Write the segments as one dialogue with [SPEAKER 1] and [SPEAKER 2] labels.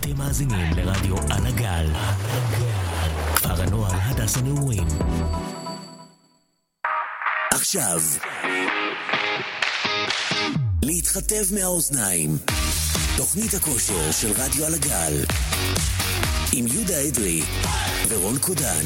[SPEAKER 1] אתם מאזינים לרדיו על הגל, כפר הנוער הדס הנעורים. עכשיו להתחטב מהאוזניים, תוכנית הכושר של רדיו על הגל עם יהודה אדרי ורון קודן.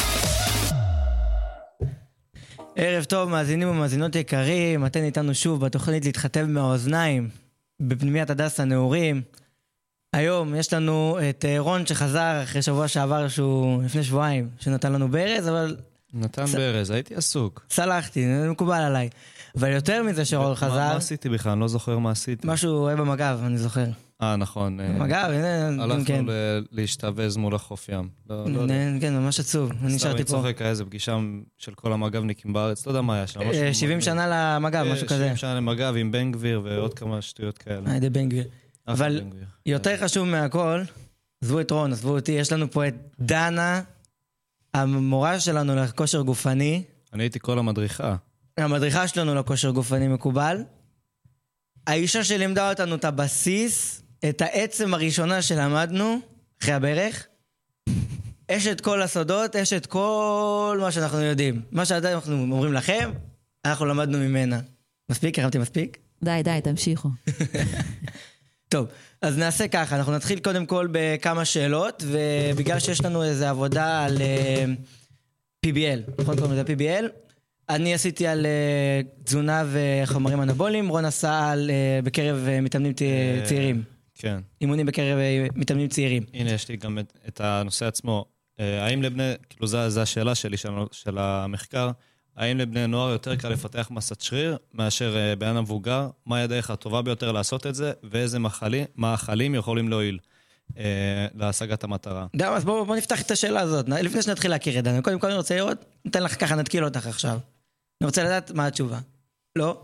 [SPEAKER 2] ערב טוב מאזינים ומאזינות יקרים, אתן איתנו שוב בתוכנית להתחטב מהאוזניים בפנימיית הדס הנעורים. היום יש לנו את רון שחזר אחרי שבוע שעבר, שהוא לפני שבועיים, שנתן לנו ברז, אבל
[SPEAKER 3] נתן ברז, הייתי עסוק.
[SPEAKER 2] סלחתי, זה מקובל עליי. אבל יותר מזה שרון חזר...
[SPEAKER 3] מה עשיתי בכלל? אני לא זוכר מה עשיתי.
[SPEAKER 2] משהו היה במגב, אני זוכר.
[SPEAKER 3] נכון.
[SPEAKER 2] במגב, הנה...
[SPEAKER 3] הלכנו להשתווז מול החוף ים.
[SPEAKER 2] כן, ממש עצוב. אני נשארתי פה.
[SPEAKER 3] אני צוחק, היה איזה פגישה של כל המגבניקים בארץ, לא יודע מה היה שם.
[SPEAKER 2] 70 שנה למגב, משהו כזה.
[SPEAKER 3] 70 שנה למגב עם בן גביר ועוד כמה שטויות כאלה.
[SPEAKER 2] היידה בן גביר. אבל יותר חשוב מהכל, עזבו את רון, עזבו אותי, יש לנו פה את דנה, המורה שלנו לכושר גופני.
[SPEAKER 3] אני הייתי כל המדריכה.
[SPEAKER 2] המדריכה שלנו לכושר גופני מקובל. האישה שלימדה אותנו את הבסיס, את העצם הראשונה שלמדנו, אחרי הברך. יש את כל הסודות, יש את כל מה שאנחנו יודעים. מה שעדיין אנחנו אומרים לכם, אנחנו למדנו ממנה. מספיק? הרמתי מספיק?
[SPEAKER 4] די, תמשיכו.
[SPEAKER 2] טוב, אז נעשה ככה, אנחנו נתחיל קודם כל בכמה שאלות, ובגלל שיש לנו איזו עבודה על PBL, נכון קוראים לזה PBL? אני עשיתי על תזונה וחומרים אנבוליים, רון עשה על בקרב מתאמנים צעירים.
[SPEAKER 3] כן.
[SPEAKER 2] אימונים בקרב מתאמנים צעירים.
[SPEAKER 3] הנה, יש לי גם את הנושא עצמו. האם לבני, כאילו זו השאלה שלי של המחקר, האם לבני נוער יותר קל לפתח מסת שריר מאשר בעין המבוגר? מה הדרך הטובה ביותר לעשות את זה, ואיזה מאכלים יכולים להועיל להשגת המטרה?
[SPEAKER 2] אז בואו נפתח את השאלה הזאת, לפני שנתחיל להכיר את דנה. קודם כל אני רוצה לראות, ניתן לך ככה, נתקיל אותך עכשיו. אני רוצה לדעת מה התשובה. לא?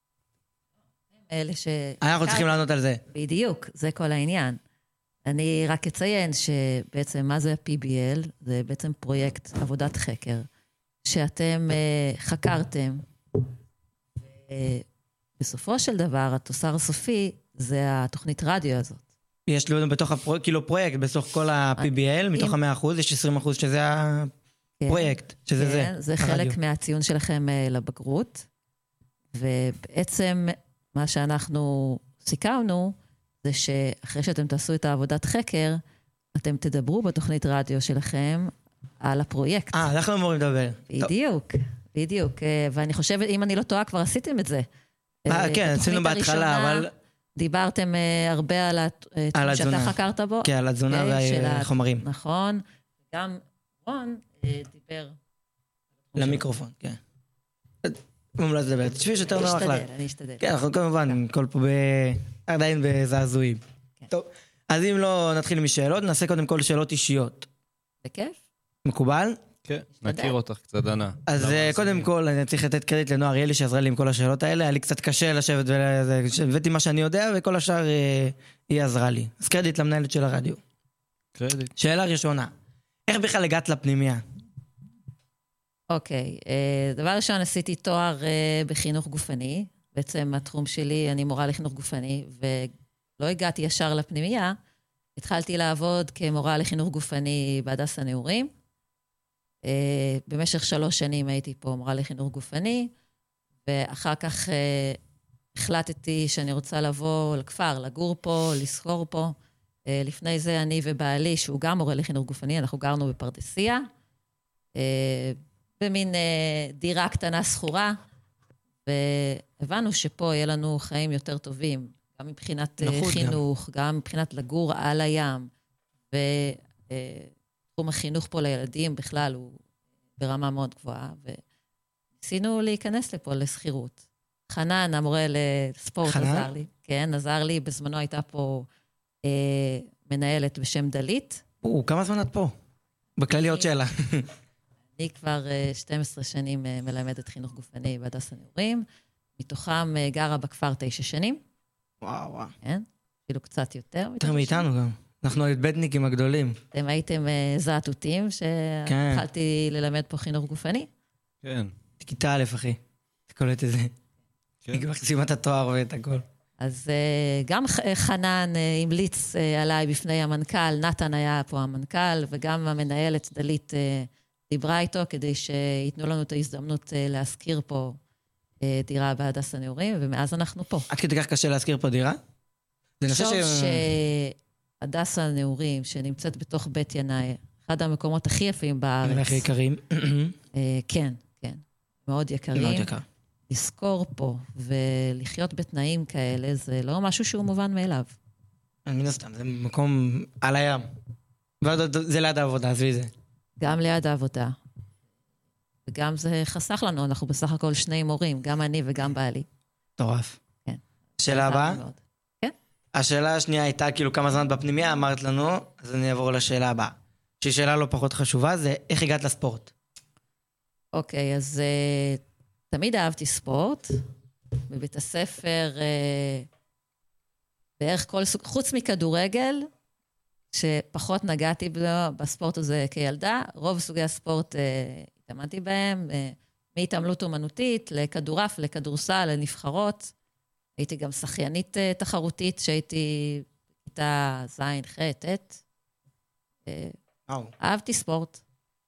[SPEAKER 2] אנחנו צריכים לענות על זה.
[SPEAKER 4] בדיוק, זה כל העניין. אני רק אציין שבעצם מה זה ה-PBL, זה בעצם פרויקט עבודת חקר, שאתם חקרתם. בסופו של דבר, התוצר הסופי זה התוכנית רדיו הזאת.
[SPEAKER 2] יש לנו בתוך פרויקט, בסוף כל ה-PBL, מתוך ה-100%, יש 20% שזה הפרויקט, שזה זה.
[SPEAKER 4] כן, זה חלק מהציון שלכם לבגרות, ובעצם מה שאנחנו סיכמנו, זה שאחרי שאתם תעשו את העבודת חקר, אתם תדברו בתוכנית רדיו שלכם על הפרויקט.
[SPEAKER 2] אנחנו אמורים לדבר.
[SPEAKER 4] בדיוק. ואני חושבת, אם אני לא טועה, כבר עשיתם את זה.
[SPEAKER 2] כן, עשינו בהתחלה, אבל...
[SPEAKER 4] דיברתם הרבה על התחום שאתה חקרת בו.
[SPEAKER 2] כן, על התזונה והחומרים.
[SPEAKER 4] נכון. גם רון דיבר...
[SPEAKER 2] למיקרופון, כן. מומלץ לדבר. תשבי שיותר נוח לך.
[SPEAKER 4] אני אשתדל.
[SPEAKER 2] כן, אנחנו כמובן, כל פה עדיין בזעזועים. טוב, אז אם לא נתחיל משאלות, נעשה קודם כל שאלות אישיות.
[SPEAKER 4] בכיף?
[SPEAKER 2] מקובל?
[SPEAKER 3] כן, נכיר אותך קצת, דנה.
[SPEAKER 2] אז קודם כל, אני צריך לתת קרדיט לנועה אריאלי שעזרה לי עם כל השאלות האלה. היה לי קצת קשה לשבת והבאתי מה שאני יודע, וכל השאר היא עזרה לי. אז קרדיט למנהלת של הרדיו.
[SPEAKER 3] קרדיט.
[SPEAKER 2] שאלה ראשונה, איך בכלל הגעת לפנימיה?
[SPEAKER 4] אוקיי, דבר ראשון עשיתי תואר בחינוך גופני. בעצם התחום שלי, אני מורה לחינוך גופני, ולא הגעתי ישר לפנימיה. התחלתי לעבוד כמורה לחינוך גופני בהדס הנעורים. במשך 3 שנים הייתי פה מורה לחינוך גופני, ואחר כך החלטתי שאני רוצה לבוא לכפר, לגור פה, לסחור פה. לפני זה אני ובעלי, שהוא גם מורה לחינוך גופני, אנחנו גרנו בפרדסיה, במין דירה קטנה סחורה, והבנו שפה יהיה לנו חיים יותר טובים, גם מבחינת חינוך, גם מבחינת לגור על הים, ותחום החינוך פה לילדים בכלל הוא ברמה מאוד גבוהה, וניסינו להיכנס לפה לסחירות. חנן, המורה לספורט, עזר לי. כן, עזר לי, בזמנו הייתה פה מנהלת בשם דלית.
[SPEAKER 2] כמה זמן את פה? בכלליות שלה.
[SPEAKER 4] אני כבר 12 שנים מלמדת חינוך גופני בהדס הנעורים, מתוכם גרה בכפר 9 שנים.
[SPEAKER 2] וואו.
[SPEAKER 4] כן, אפילו קצת יותר.
[SPEAKER 2] יותר מאיתנו גם. אנחנו הבדניקים הגדולים.
[SPEAKER 4] אתם הייתם זעתותים שהתחלתי ללמד פה חינוך גופני?
[SPEAKER 3] כן.
[SPEAKER 2] כיתה א', אחי. תקולט את זה.
[SPEAKER 3] כן.
[SPEAKER 2] היא כבר חסימת התואר ואת הכל.
[SPEAKER 4] אז גם חנן המליץ עליי בפני המנכ"ל, נתן היה פה המנכ"ל, וגם המנהלת דלית דיברה איתו, כדי שיתנו לנו את ההזדמנות להזכיר פה דירה בהדסה נעורים, ומאז אנחנו פה.
[SPEAKER 2] עד כדי כך קשה להזכיר פה דירה?
[SPEAKER 4] חושב שהדסה נעורים, שנמצאת בתוך בית ינאי, אחד המקומות הכי יפים בארץ.
[SPEAKER 2] הכי יקרים.
[SPEAKER 4] כן, כן. מאוד יקרים.
[SPEAKER 2] מאוד יקר.
[SPEAKER 4] לזכור פה ולחיות בתנאים כאלה, זה לא משהו שהוא מובן מאליו.
[SPEAKER 2] מן הסתם, זה מקום על הים. זה ליד העבודה, עזבי זה.
[SPEAKER 4] גם ליד העבודה. וגם זה חסך לנו, אנחנו בסך הכל 2 מורים, גם אני וגם בעלי.
[SPEAKER 2] מטורף.
[SPEAKER 4] כן.
[SPEAKER 2] שאלה הבאה?
[SPEAKER 4] כן.
[SPEAKER 2] השאלה השנייה הייתה כאילו כמה זמן בפנימיה, אמרת לנו, אז אני אעבור לשאלה הבאה. שהיא שאלה לא פחות חשובה, זה איך הגעת לספורט?
[SPEAKER 4] אוקיי, אז תמיד אהבתי ספורט. בבית הספר, בערך כל סוג, חוץ מכדורגל, שפחות נגעתי בספורט הזה כילדה, רוב סוגי הספורט התאמנתי בהם, מהתעמלות אומנותית, לכדורף, לכדורסל, לנבחרות. הייתי גם שחיינית תחרותית, שהייתי איתה זין, ח', ט'. אהבתי ספורט.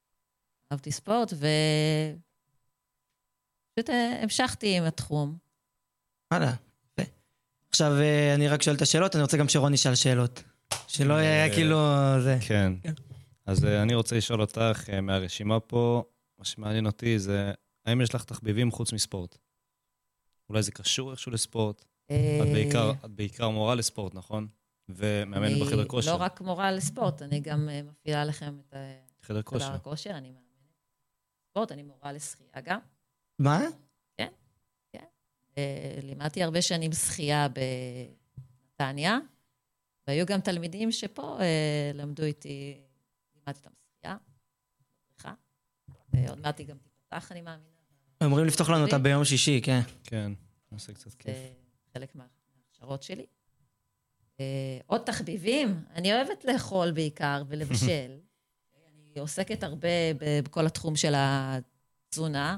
[SPEAKER 4] פשוט המשכתי עם התחום.
[SPEAKER 2] הלאה. עכשיו אני רק שואל את השאלות, אני רוצה גם שרון ישאל שאלות. שלא יהיה כאילו זה.
[SPEAKER 3] כן. אז אני רוצה לשאול אותך מהרשימה פה, מה שמעניין אותי זה, האם יש לך תחביבים חוץ מספורט? אולי זה קשור איכשהו לספורט? את בעיקר מורה לספורט, נכון? ומאמנת בחדר כושר.
[SPEAKER 4] לא רק מורה לספורט, אני גם מפעילה לכם את
[SPEAKER 3] חדר
[SPEAKER 4] כושר. אני מאמנת ספורט, אני מורה לשחייה גם.
[SPEAKER 2] מה?
[SPEAKER 4] כן, כן. לימדתי הרבה שנים שחייה בנתניה, והיו גם תלמידים שפה למדו איתי, לימדתי אותם שחייה, בריכה, ועוד מעט גם תפתח, אני מאמינה.
[SPEAKER 2] אומרים לפתוח לנו אותה ביום שישי, כן.
[SPEAKER 3] כן, נעשה קצת כיף.
[SPEAKER 4] חלק מההכשרות שלי. עוד תחביבים, אני אוהבת לאכול בעיקר ולבשל. אני עוסקת הרבה בכל התחום של התזונה,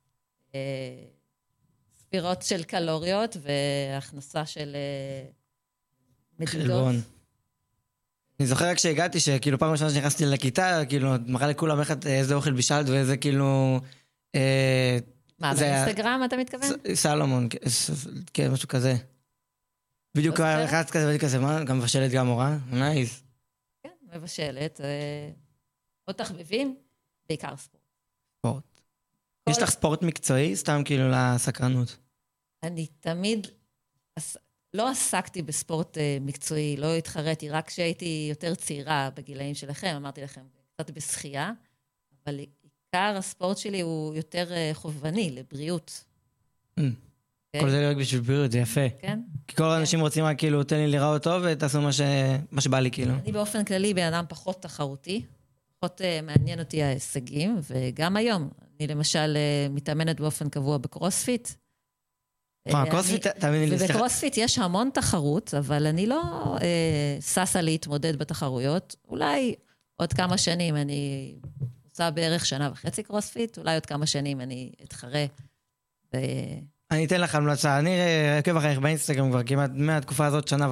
[SPEAKER 4] ספירות של קלוריות והכנסה של מדידות.
[SPEAKER 2] אני זוכר רק שהגעתי, שכאילו פעם ראשונה שנכנסתי לכיתה, כאילו, מראה לכולם איזה אוכל בישלת ואיזה כאילו...
[SPEAKER 4] מה, באינסטגרם אתה מתכוון?
[SPEAKER 2] סלומון, כן, משהו כזה. בדיוק אחד כזה, ואני כזה, מה? גם מבשלת גם מורה? נייס.
[SPEAKER 4] כן, מבשלת. עוד תחביבים, בעיקר ספורט.
[SPEAKER 2] ספורט. יש לך ספורט מקצועי? סתם כאילו לסקרנות.
[SPEAKER 4] אני תמיד לא עסקתי בספורט מקצועי, לא התחרתי, רק כשהייתי יותר צעירה בגילאים שלכם, אמרתי לכם, קצת בשחייה, אבל עיקר הספורט שלי הוא יותר חובבני, לבריאות.
[SPEAKER 2] כל זה רק בשביל בריאות, זה יפה. כן. כי כל האנשים רוצים רק כאילו, תן לי לראות טוב ותעשו מה שבא לי כאילו.
[SPEAKER 4] אני באופן כללי בן אדם פחות תחרותי, פחות מעניין אותי ההישגים, וגם היום, אני למשל מתאמנת באופן קבוע בקרוספיט.
[SPEAKER 2] קרוספיט, תאמיני לי, סליחה.
[SPEAKER 4] ובקרוספיט יש המון תחרות, אבל אני לא ססה להתמודד בתחרויות. אולי עוד כמה שנים אני עושה בערך 1.5 שנה קרוספיט, אולי עוד כמה שנים אני אתחרה.
[SPEAKER 2] אני אתן לך המלצה, אני עוקב אחריך באינסטגרם כבר כמעט מהתקופה הזאת 1.5 שנה.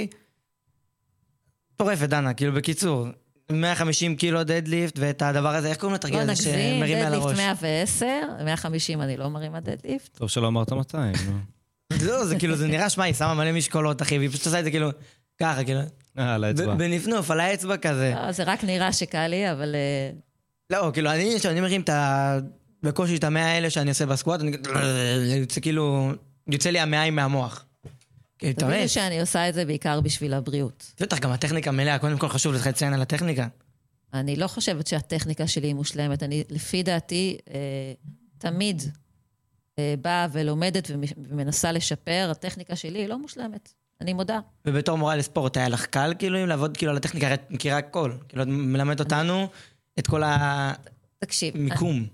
[SPEAKER 2] טורפת, דנה, כאילו בקיצור. 150 קילו דדליפט, ואת הדבר הזה, איך קוראים לתרגיל הזה שמרים מעל הראש?
[SPEAKER 4] דדליפט 110, 150 אני לא מרים הדדליפט.
[SPEAKER 3] טוב שלא אמרת 200, נו.
[SPEAKER 2] לא, זה כאילו, זה נראה שמה, היא שמה מלא משקולות, אחי, והיא פשוט עושה את זה כאילו, ככה, כאילו.
[SPEAKER 3] על האצבע.
[SPEAKER 2] בנפנוף, על האצבע כזה.
[SPEAKER 4] לא, זה רק נראה שקל לי, אבל...
[SPEAKER 2] לא, כאילו, אני מרים את בקושי את 100 האלה שאני עושה בסקואט, זה כאילו, יוצא לי 100 מהמוח.
[SPEAKER 4] תבינו שאני עושה את זה בעיקר בשביל הבריאות.
[SPEAKER 2] בטח, גם הטכניקה מלאה, קודם כל חשוב לך לציין על הטכניקה.
[SPEAKER 4] אני לא חושבת שהטכניקה שלי היא מושלמת. אני, לפי דעתי, תמיד באה ולומדת ומנסה לשפר. הטכניקה שלי היא לא מושלמת. אני מודה.
[SPEAKER 2] ובתור מורה לספורט, היה לך קל כאילו, אם לעבוד כאילו על הטכניקה, מכירה הכל. כאילו, את מלמד אותנו את כל המיקום.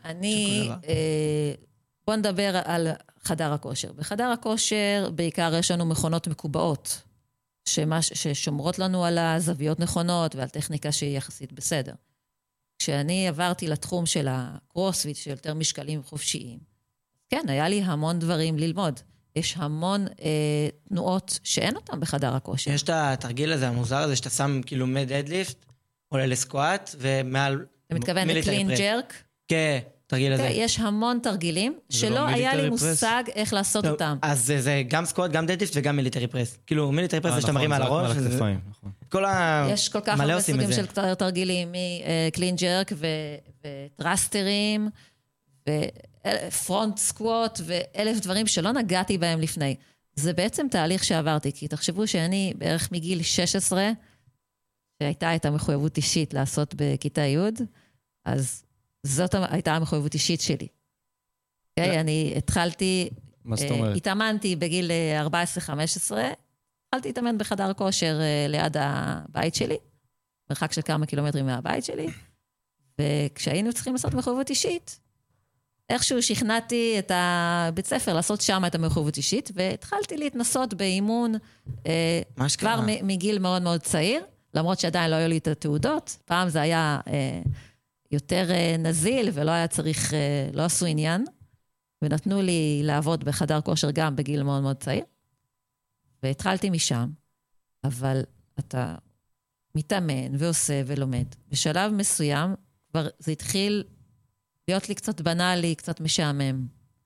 [SPEAKER 4] בוא נדבר על חדר הכושר. בחדר הכושר בעיקר יש לנו מכונות מקובעות, ששומרות לנו על הזוויות נכונות ועל טכניקה שהיא יחסית בסדר. כשאני עברתי לתחום של הקרוספיט, של יותר משקלים חופשיים, כן, היה לי המון דברים ללמוד. יש המון תנועות שאין אותן בחדר הכושר.
[SPEAKER 2] יש את התרגיל הזה, המוזר הזה, שאתה שם כאילו דדליפט, עולה לסקואט, ומעל...
[SPEAKER 4] אתה מתכוון לקלין ג'רק?
[SPEAKER 2] כן, תרגיל הזה.
[SPEAKER 4] יש המון תרגילים שלא היה לי מושג איך לעשות אותם.
[SPEAKER 2] אז זה גם סקואט, גם דדליפט וגם מיליטרי פרס. כאילו מיליטרי פרס זה שאתה מרים על הראש.
[SPEAKER 4] יש כל כך הרבה סוגים של תרגילים, מקלין ג'רק וטרסטרים, ופרונט סקווט, ואלף דברים שלא נגעתי בהם לפני. זה בעצם תהליך שעברתי, כי תחשבו שאני בערך מגיל 16, שהייתה את המחויבות אישית לעשות בכיתה י', אז זאת הייתה המחויבות אישית שלי. אני התחלתי, התאמנתי בגיל 14-15, התחלתי להתאמן בחדר כושר ליד הבית שלי, מרחק של כמה קילומטרים מהבית שלי, וכשהיינו צריכים לעשות מחויבות אישית, איכשהו שכנעתי את הבית ספר לעשות שם את המחויבות אישית, והתחלתי להתנסות באימון כבר מגיל מאוד מאוד צעיר, למרות שעדיין לא היו לי את התעודות, פעם זה היה יותר נזיל ולא היה צריך, לא עשו עניין, ונתנו לי לעבוד בחדר כושר גם בגיל מאוד מאוד צעיר, והתחלתי משם, אבל אתה מתאמן ועושה ולומד. בשלב מסוים כבר זה התחיל להיות לי קצת בנאלי, קצת משעמם.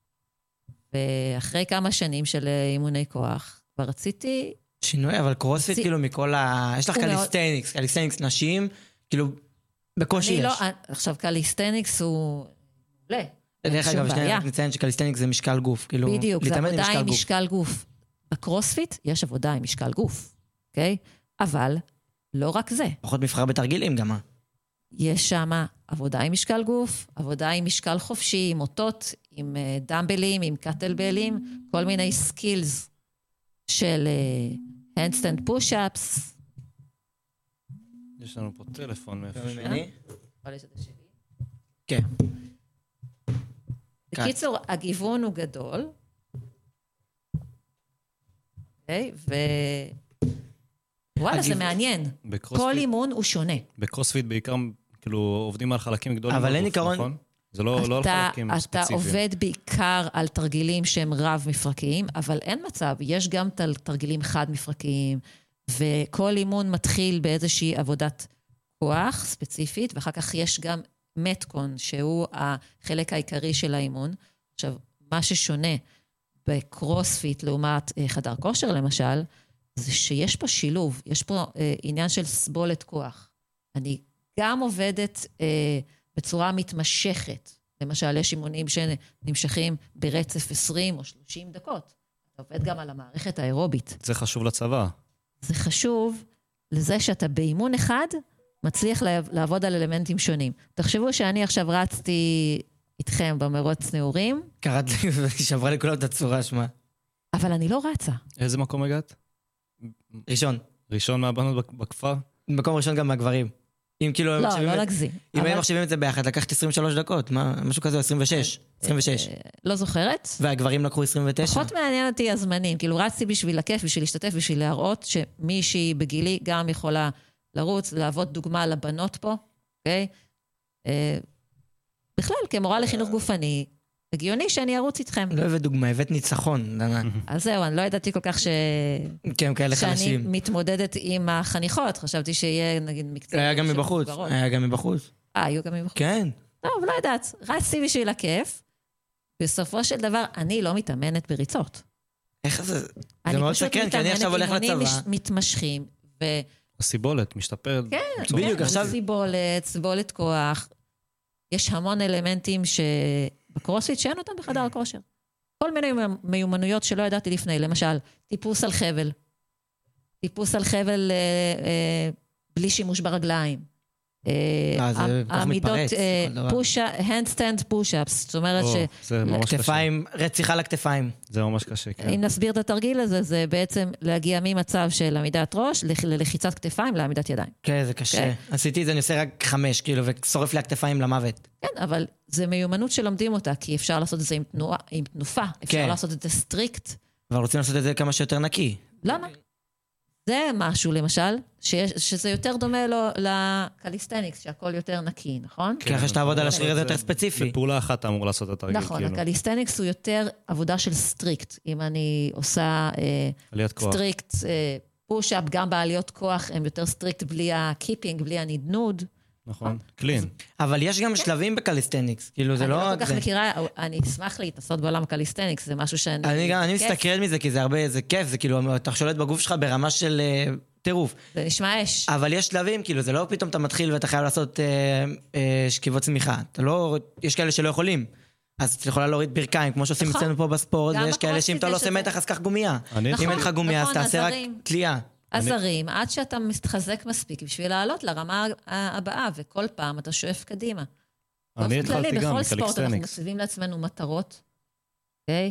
[SPEAKER 4] ואחרי כמה שנים של אימוני כוח, כבר רציתי...
[SPEAKER 2] שינוי, אבל קרוספיט כאילו מכל יש לך קליסטניקס נשים, כאילו בקושי יש.
[SPEAKER 4] עכשיו קליסטניקס הוא... לא.
[SPEAKER 2] דרך אגב, שנייה, נציין שקליסטניקס זה משקל גוף.
[SPEAKER 4] בדיוק, זה עבודה עם משקל גוף. בקרוספיט יש עבודה עם משקל גוף, אוקיי? אבל לא רק זה.
[SPEAKER 2] פחות מבחר בתרגילים גם.
[SPEAKER 4] יש שם עבודה עם משקל גוף, עבודה עם משקל חופשי, עם אותות, עם דמבלים, עם קטלבלים, כל מיני סקילס של handstand push-ups.
[SPEAKER 3] יש לנו פה טלפון מאיפה
[SPEAKER 2] ממני.
[SPEAKER 4] כן. בקיצור, הגיוון הוא גדול. וואלה, זה מעניין. כל אימון הוא שונה.
[SPEAKER 3] בקרוספיט בעיקר, כאילו, עובדים על חלקים גדולים.
[SPEAKER 2] אבל אין עיקרון.
[SPEAKER 3] זה לא על חלקים ספציפיים.
[SPEAKER 4] אתה עובד בעיקר על תרגילים שהם רב-מפרקיים, אבל אין מצב. יש גם תרגילים חד-מפרקיים, וכל אימון מתחיל באיזושהי עבודת כוח ספציפית, ואחר כך יש גם מטקון, שהוא החלק העיקרי של האימון. עכשיו, מה ששונה בקרוספיט לעומת חדר כושר למשל, זה שיש פה שילוב, יש פה עניין של סבולת כוח. אני גם עובדת בצורה מתמשכת. למשל, יש אימונים שנמשכים ברצף 20 או 30 דקות. אתה עובד גם על המערכת האירובית.
[SPEAKER 3] זה חשוב לצבא.
[SPEAKER 4] זה חשוב לזה שאתה באימון אחד מצליח לעבוד על אלמנטים שונים. תחשבו שאני עכשיו רצתי איתכם במרוץ נעורים.
[SPEAKER 2] קראת לי ושברה לי כולה את הצורה שמה.
[SPEAKER 4] אבל אני לא רצה.
[SPEAKER 3] איזה מקום הגעת?
[SPEAKER 2] ראשון.
[SPEAKER 3] ראשון מהבנות בכפר?
[SPEAKER 2] מקום ראשון גם מהגברים. אם כאילו...
[SPEAKER 4] לא נגזים.
[SPEAKER 2] אם הם מחשבים את זה ביחד, לקחת 23 דקות, משהו כזה, 26.
[SPEAKER 4] לא זוכרת.
[SPEAKER 2] והגברים לקחו 29.
[SPEAKER 4] פחות מעניין אותי הזמנים, כאילו רצתי בשביל הכיף, בשביל להשתתף, בשביל להראות שמישהי בגילי גם יכולה לרוץ, לעבוד דוגמה לבנות פה, אוקיי? בכלל, כמורה לחינוך גופני, הגיוני שאני ארוץ איתכם.
[SPEAKER 2] לא הבאת דוגמה, הבאת ניצחון, דנה.
[SPEAKER 4] אז זהו, אני לא ידעתי כל כך שאני מתמודדת עם החניכות, חשבתי שיהיה נגיד מקצוע.
[SPEAKER 2] היה גם מבחוץ, היה גם מבחוץ.
[SPEAKER 4] היו גם מבחוץ.
[SPEAKER 2] כן.
[SPEAKER 4] טוב, לא יודעת, רצתי בשביל הכיף, בסופו של דבר אני לא מתאמנת בריצות.
[SPEAKER 2] איך זה? זה מאוד שקרן, כי אני עכשיו הולך לצבא.
[SPEAKER 4] אני פשוט מתאמנת מתמשכים,
[SPEAKER 3] הסיבולת משתפרת.
[SPEAKER 4] כן,
[SPEAKER 2] בדיוק, עכשיו...
[SPEAKER 4] סיבולת כוח. יש המון אלמנטים בקרוספיט שאין אותם בחדר הכושר. כל מיני מיומנויות שלא ידעתי לפני, למשל, טיפוס על חבל. טיפוס על חבל בלי שימוש ברגליים. עמידות, handstand push-ups, זאת אומרת
[SPEAKER 2] כתפיים, רציחה לכתפיים.
[SPEAKER 3] זה ממש קשה, כן.
[SPEAKER 4] אם נסביר את התרגיל הזה, זה בעצם להגיע ממצב של עמידת ראש, ללחיצת כתפיים, לעמידת ידיים.
[SPEAKER 2] כן, זה קשה. עשיתי את זה, אני עושה רק 5, כאילו, ושורף לי הכתפיים למוות.
[SPEAKER 4] כן, אבל זה מיומנות שלומדים אותה, כי אפשר לעשות את זה עם תנופה, אפשר לעשות את זה סטריקט.
[SPEAKER 2] אבל רוצים לעשות את זה כמה שיותר נקי.
[SPEAKER 4] למה? זה משהו, למשל, שזה יותר דומה לו לקליסטניקס, שהכל יותר נקי, נכון?
[SPEAKER 2] כי אחרי שתעבוד על השריר הזה יותר ספציפי.
[SPEAKER 3] בפעולה אחת אתה אמור לעשות את התרגיל,
[SPEAKER 4] נכון, הקליסטניקס הוא יותר עבודה של סטריקט. אם אני עושה סטריקט, פוש-אפ, גם בעליות כוח, הם יותר סטריקט בלי הקיפינג, בלי הנדנוד.
[SPEAKER 3] נכון, קלין.
[SPEAKER 2] אבל יש גם שלבים בקליסטניקס, כאילו זה לא...
[SPEAKER 4] אני לא כל כך מכירה, אני אשמח להתנסות בעולם הקליסטניקס, זה משהו שאני...
[SPEAKER 2] אני מסתכל מזה, כי זה הרבה, זה כיף, זה כאילו, אתה שולט בגוף שלך ברמה של טירוף.
[SPEAKER 4] זה נשמע אש.
[SPEAKER 2] אבל יש שלבים, כאילו, זה לא פתאום אתה מתחיל ואתה חייב לעשות שכיבות צמיחה. אתה לא, יש כאלה שלא יכולים. אז אתה יכולה להוריד ברכיים, כמו שעושים אצלנו פה בספורט, ויש כאלה שאם אתה לא עושה מתח, אז קח גומיה. אם אין לך גומיה, אז תעשה רק תלייה.
[SPEAKER 4] עזרים, עד שאתה מתחזק מספיק בשביל לעלות לרמה הבאה, וכל פעם אתה שואף קדימה.
[SPEAKER 3] אני התחלתי גם
[SPEAKER 4] בכל ספורט אנחנו
[SPEAKER 3] מקליסטניקס.
[SPEAKER 4] מציבים לעצמנו מטרות, אוקיי?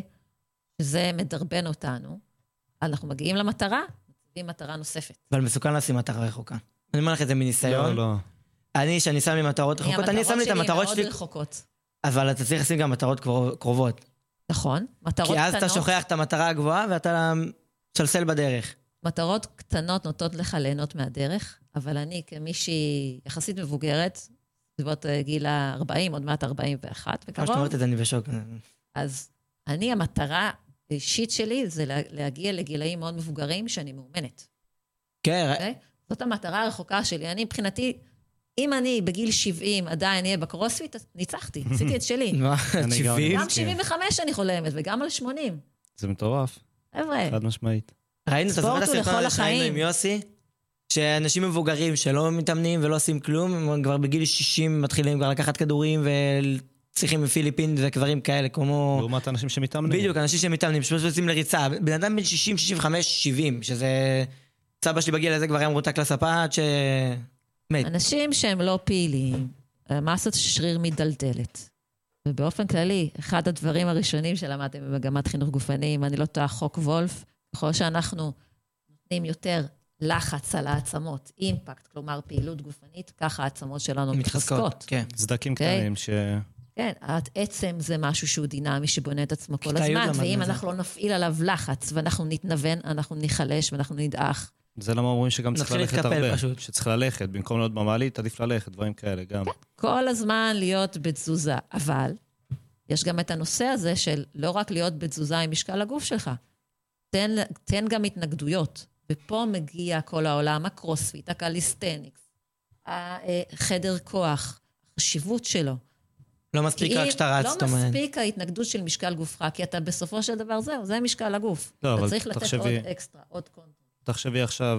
[SPEAKER 4] שזה מדרבן אותנו. אנחנו מגיעים למטרה, מציבים מטרה נוספת.
[SPEAKER 2] אבל מסוכן לשים מטרה רחוקה. אני אומר לך את זה מניסיון.
[SPEAKER 3] לא.
[SPEAKER 2] שאני שם לי מטרות רחוקות, אני שם לי את המטרות שלי,
[SPEAKER 4] רחוקות.
[SPEAKER 2] אבל אתה צריך לשים גם מטרות קרובות.
[SPEAKER 4] נכון, מטרות
[SPEAKER 2] כי
[SPEAKER 4] קטנות.
[SPEAKER 2] אז אתה שוכח את המטרה הגבוהה, ואתה שלסל בדרך.
[SPEAKER 4] מטרות קטנות נוטות לך ליהנות מהדרך, אבל אני כמישהי יחסית מבוגרת, בסביבות גיל ה-40, עוד מעט 41,
[SPEAKER 2] כמו שאתה אומרת את זה, אני בשוק.
[SPEAKER 4] אז אני, המטרה האישית שלי זה להגיע לגילאים מאוד מבוגרים שאני מאומנת.
[SPEAKER 2] כן.
[SPEAKER 4] Okay? זאת המטרה הרחוקה שלי. אני מבחינתי, אם אני בגיל 70 עדיין אהיה בקרוספיט, ניצחתי, עשיתי את שלי.
[SPEAKER 2] מה? 70?
[SPEAKER 4] גם 75 אני חולמת, וגם על 80.
[SPEAKER 3] זה מטורף,
[SPEAKER 4] חבר'ה.
[SPEAKER 3] חד משמעית.
[SPEAKER 2] ראינו את
[SPEAKER 4] ספורט הוא לכל החיים.
[SPEAKER 2] עם יוסי, שאנשים מבוגרים שלא מתאמנים ולא עושים כלום, הם כבר בגיל 60 מתחילים כבר לקחת כדורים וצריכים בפיליפין ודברים כאלה, כמו...
[SPEAKER 3] לעומת אנשים שמתאמנים.
[SPEAKER 2] בדיוק, אנשים שמתאמנים, שפשוט יוצאים לריצה. בן אדם בין 60, 65, 70, שזה... סבא שלי בגיל הזה כבר היה מרותק לספה עד ש... מת.
[SPEAKER 4] אנשים שהם לא פעילים, מסת שריר מדלדלת. ובאופן כללי, אחד הדברים הראשונים שלמדתם במגמת חינוך גופני, אם אני לא טועה, חוק וולף, ככל שאנחנו נותנים יותר לחץ על העצמות, אימפקט, כלומר פעילות גופנית, ככה העצמות שלנו מתחזקות.
[SPEAKER 2] כן.
[SPEAKER 3] סדקים קטנים ש...
[SPEAKER 4] כן, עצם זה משהו שהוא דינמי, שבונה את עצמו כל
[SPEAKER 2] כיתה י'
[SPEAKER 4] הזמן,
[SPEAKER 2] למדנו
[SPEAKER 4] ואם
[SPEAKER 2] את זה.
[SPEAKER 4] אנחנו לא נפעיל עליו לחץ, ואנחנו נתנוון, אנחנו ניחלש ואנחנו נדעך.
[SPEAKER 3] זה למה אומרים שגם צריך
[SPEAKER 2] נתחיל
[SPEAKER 3] ללכת
[SPEAKER 2] להתקפל
[SPEAKER 3] הרבה.
[SPEAKER 2] פשוט.
[SPEAKER 3] שצריך ללכת, במקום להיות במעלית, עדיף ללכת, דברים כאלה גם.
[SPEAKER 4] כל הזמן להיות בתזוזה, אבל יש גם את הנושא הזה של לא רק להיות בתזוזה עם משקל הגוף שלך, תן גם התנגדויות, ופה מגיע כל העולם, הקרוספיט, הקליסטניקס, החדר כוח, החשיבות שלו.
[SPEAKER 2] לא מספיק רק שאתה רץ,
[SPEAKER 4] לא מספיק ההתנגדות של משקל גופך, כי אתה בסופו של דבר זהו, זה משקל הגוף.
[SPEAKER 3] לא,
[SPEAKER 4] אתה
[SPEAKER 3] אבל
[SPEAKER 4] צריך לתת
[SPEAKER 3] תחשבי-
[SPEAKER 4] עוד אקסטרה, עוד קונטרול.
[SPEAKER 3] תחשבי עכשיו,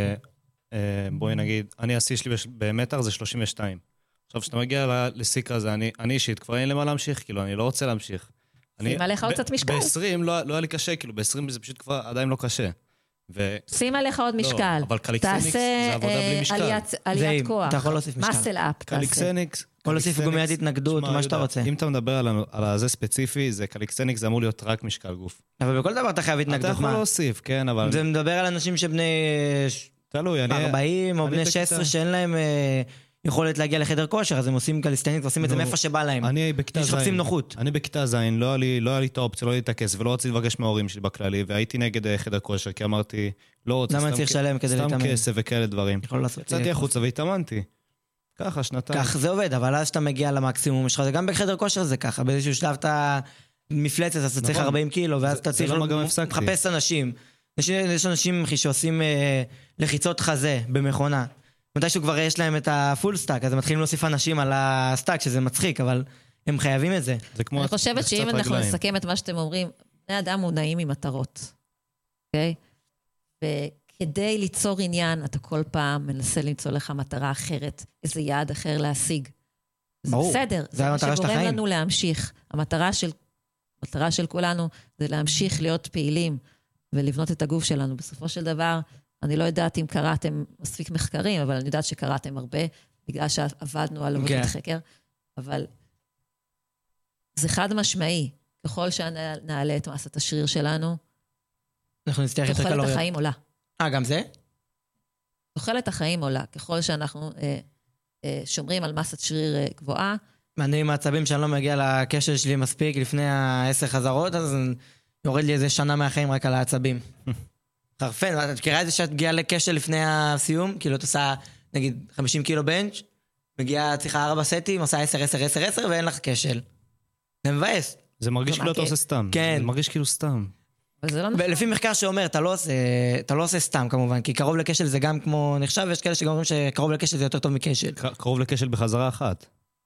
[SPEAKER 3] בואי נגיד, אני השיא שלי במטר זה 32. עכשיו, כשאתה מגיע לשיא כזה, אני אישית, כבר אין למה להמשיך, כאילו, אני לא רוצה להמשיך.
[SPEAKER 4] שים עליך עוד קצת משקל.
[SPEAKER 3] ב-20 לא היה לי קשה, כאילו, ב-20 זה פשוט כבר עדיין לא קשה.
[SPEAKER 4] שים עליך עוד משקל.
[SPEAKER 3] אבל קליקסניקס זה עבודה בלי משקל.
[SPEAKER 4] עליית כוח.
[SPEAKER 2] אתה יכול להוסיף משקל.
[SPEAKER 4] מסל אפ.
[SPEAKER 3] קליקסניקס...
[SPEAKER 2] או להוסיף גומיית התנגדות, מה שאתה רוצה.
[SPEAKER 3] אם אתה מדבר על זה ספציפי, זה קליקסניקס, זה אמור להיות רק משקל גוף.
[SPEAKER 2] אבל בכל דבר אתה חייב
[SPEAKER 3] אתה
[SPEAKER 2] התנגדות,
[SPEAKER 3] יכול
[SPEAKER 2] מה?
[SPEAKER 3] להוסיף, כן, אבל...
[SPEAKER 2] זה מדבר על אנשים שבני
[SPEAKER 3] תלוי,
[SPEAKER 2] 40 או
[SPEAKER 3] אני
[SPEAKER 2] בני
[SPEAKER 3] בכיתה.
[SPEAKER 2] 16 שאין להם יכולת להגיע לחדר כושר, אז הם עושים קליסטניקס, עושים את זה
[SPEAKER 3] לא.
[SPEAKER 2] מאיפה שבא להם.
[SPEAKER 3] אני בכיתה זין.
[SPEAKER 2] מחפשים נוחות.
[SPEAKER 3] אני בכיתה זין, לא היה לי את האופציה, לא היה לי את הכסף, ולא רציתי לבקש מההורים שלי בכללי, והייתי נגד חדר כושר, כי אמרתי, לא רוצה
[SPEAKER 2] למה אני צריך לשלם כדי להתאמן?
[SPEAKER 3] סתם כסף וכאלה דברים.
[SPEAKER 2] יכול לעשות.
[SPEAKER 3] יצאתי החוצה והתאמנתי. ככה, שנתיים.
[SPEAKER 2] כך זה עובד, אבל אז שאתה מגיע למקסימום שלך, זה גם בחדר כושר זה ככה, באיזשהו שלב אתה מפלצת, אז אתה צריך 40 קילו, ואז אתה צריך
[SPEAKER 3] למה גם הפסקתי.
[SPEAKER 2] לחפש אנשים. יש אנשים אחי שעושים לחיצות חזה במכונה. מתישהו כבר יש להם את הפול סטאק, אז הם מתחילים להוסיף אנשים על הסטאק, שזה מצחיק, אבל הם חייבים את זה.
[SPEAKER 3] זה כמו
[SPEAKER 4] אני חושבת
[SPEAKER 3] לחצת
[SPEAKER 4] שאם אנחנו
[SPEAKER 3] רגליים.
[SPEAKER 4] נסכם את מה שאתם אומרים, בני אדם מונעים ממטרות, אוקיי? וכדי ליצור עניין, אתה כל פעם מנסה למצוא לך מטרה אחרת, איזה יעד אחר להשיג. זה
[SPEAKER 2] ברור,
[SPEAKER 4] בסדר,
[SPEAKER 2] זה
[SPEAKER 4] זה מה
[SPEAKER 2] המטרה של
[SPEAKER 4] שגורם
[SPEAKER 2] החיים.
[SPEAKER 4] לנו להמשיך. המטרה של כולנו זה להמשיך להיות פעילים ולבנות את הגוף שלנו. בסופו של דבר, אני לא יודעת אם קראתם מספיק מחקרים, אבל אני יודעת שקראתם הרבה, בגלל שעבדנו על עבודת חקר, אבל זה חד משמעי. ככל שנעלה את מסת השריר שלנו,
[SPEAKER 2] אנחנו נצטרך יותר
[SPEAKER 4] תוחלת
[SPEAKER 2] קלוריות.
[SPEAKER 4] החיים עולה.
[SPEAKER 2] גם זה?
[SPEAKER 4] תוחלת החיים עולה. ככל שאנחנו שומרים על מסת שריר גבוהה,
[SPEAKER 2] אני עם העצבים שאני לא מגיע לקשר שלי מספיק לפני 10 חזרות, אז יורד לי איזה שנה מהחיים רק על העצבים. חרפן, את מכירה את זה שאת מגיעה לקשל לפני הסיום? כאילו, את עושה, נגיד, 50 קילו בנץ', מגיעה, צריכה 4 סטים, עושה 10, 10, 10, 10, ואין לך קשל. זה מבאס.
[SPEAKER 3] זה מרגיש כאילו אתה עושה סתם.
[SPEAKER 2] כן.
[SPEAKER 3] זה מרגיש כאילו סתם.
[SPEAKER 4] אבל זה לא נכון.
[SPEAKER 2] לפי מחקר שאומר, אתה לא עושה סתם כמובן, כי קרוב לקשל זה גם כמו נחשב, ויש כאלה שגם אומרים שקרוב לקשל זה יותר טוב מקשל.
[SPEAKER 3] קרוב לקשל בחזרה אחת.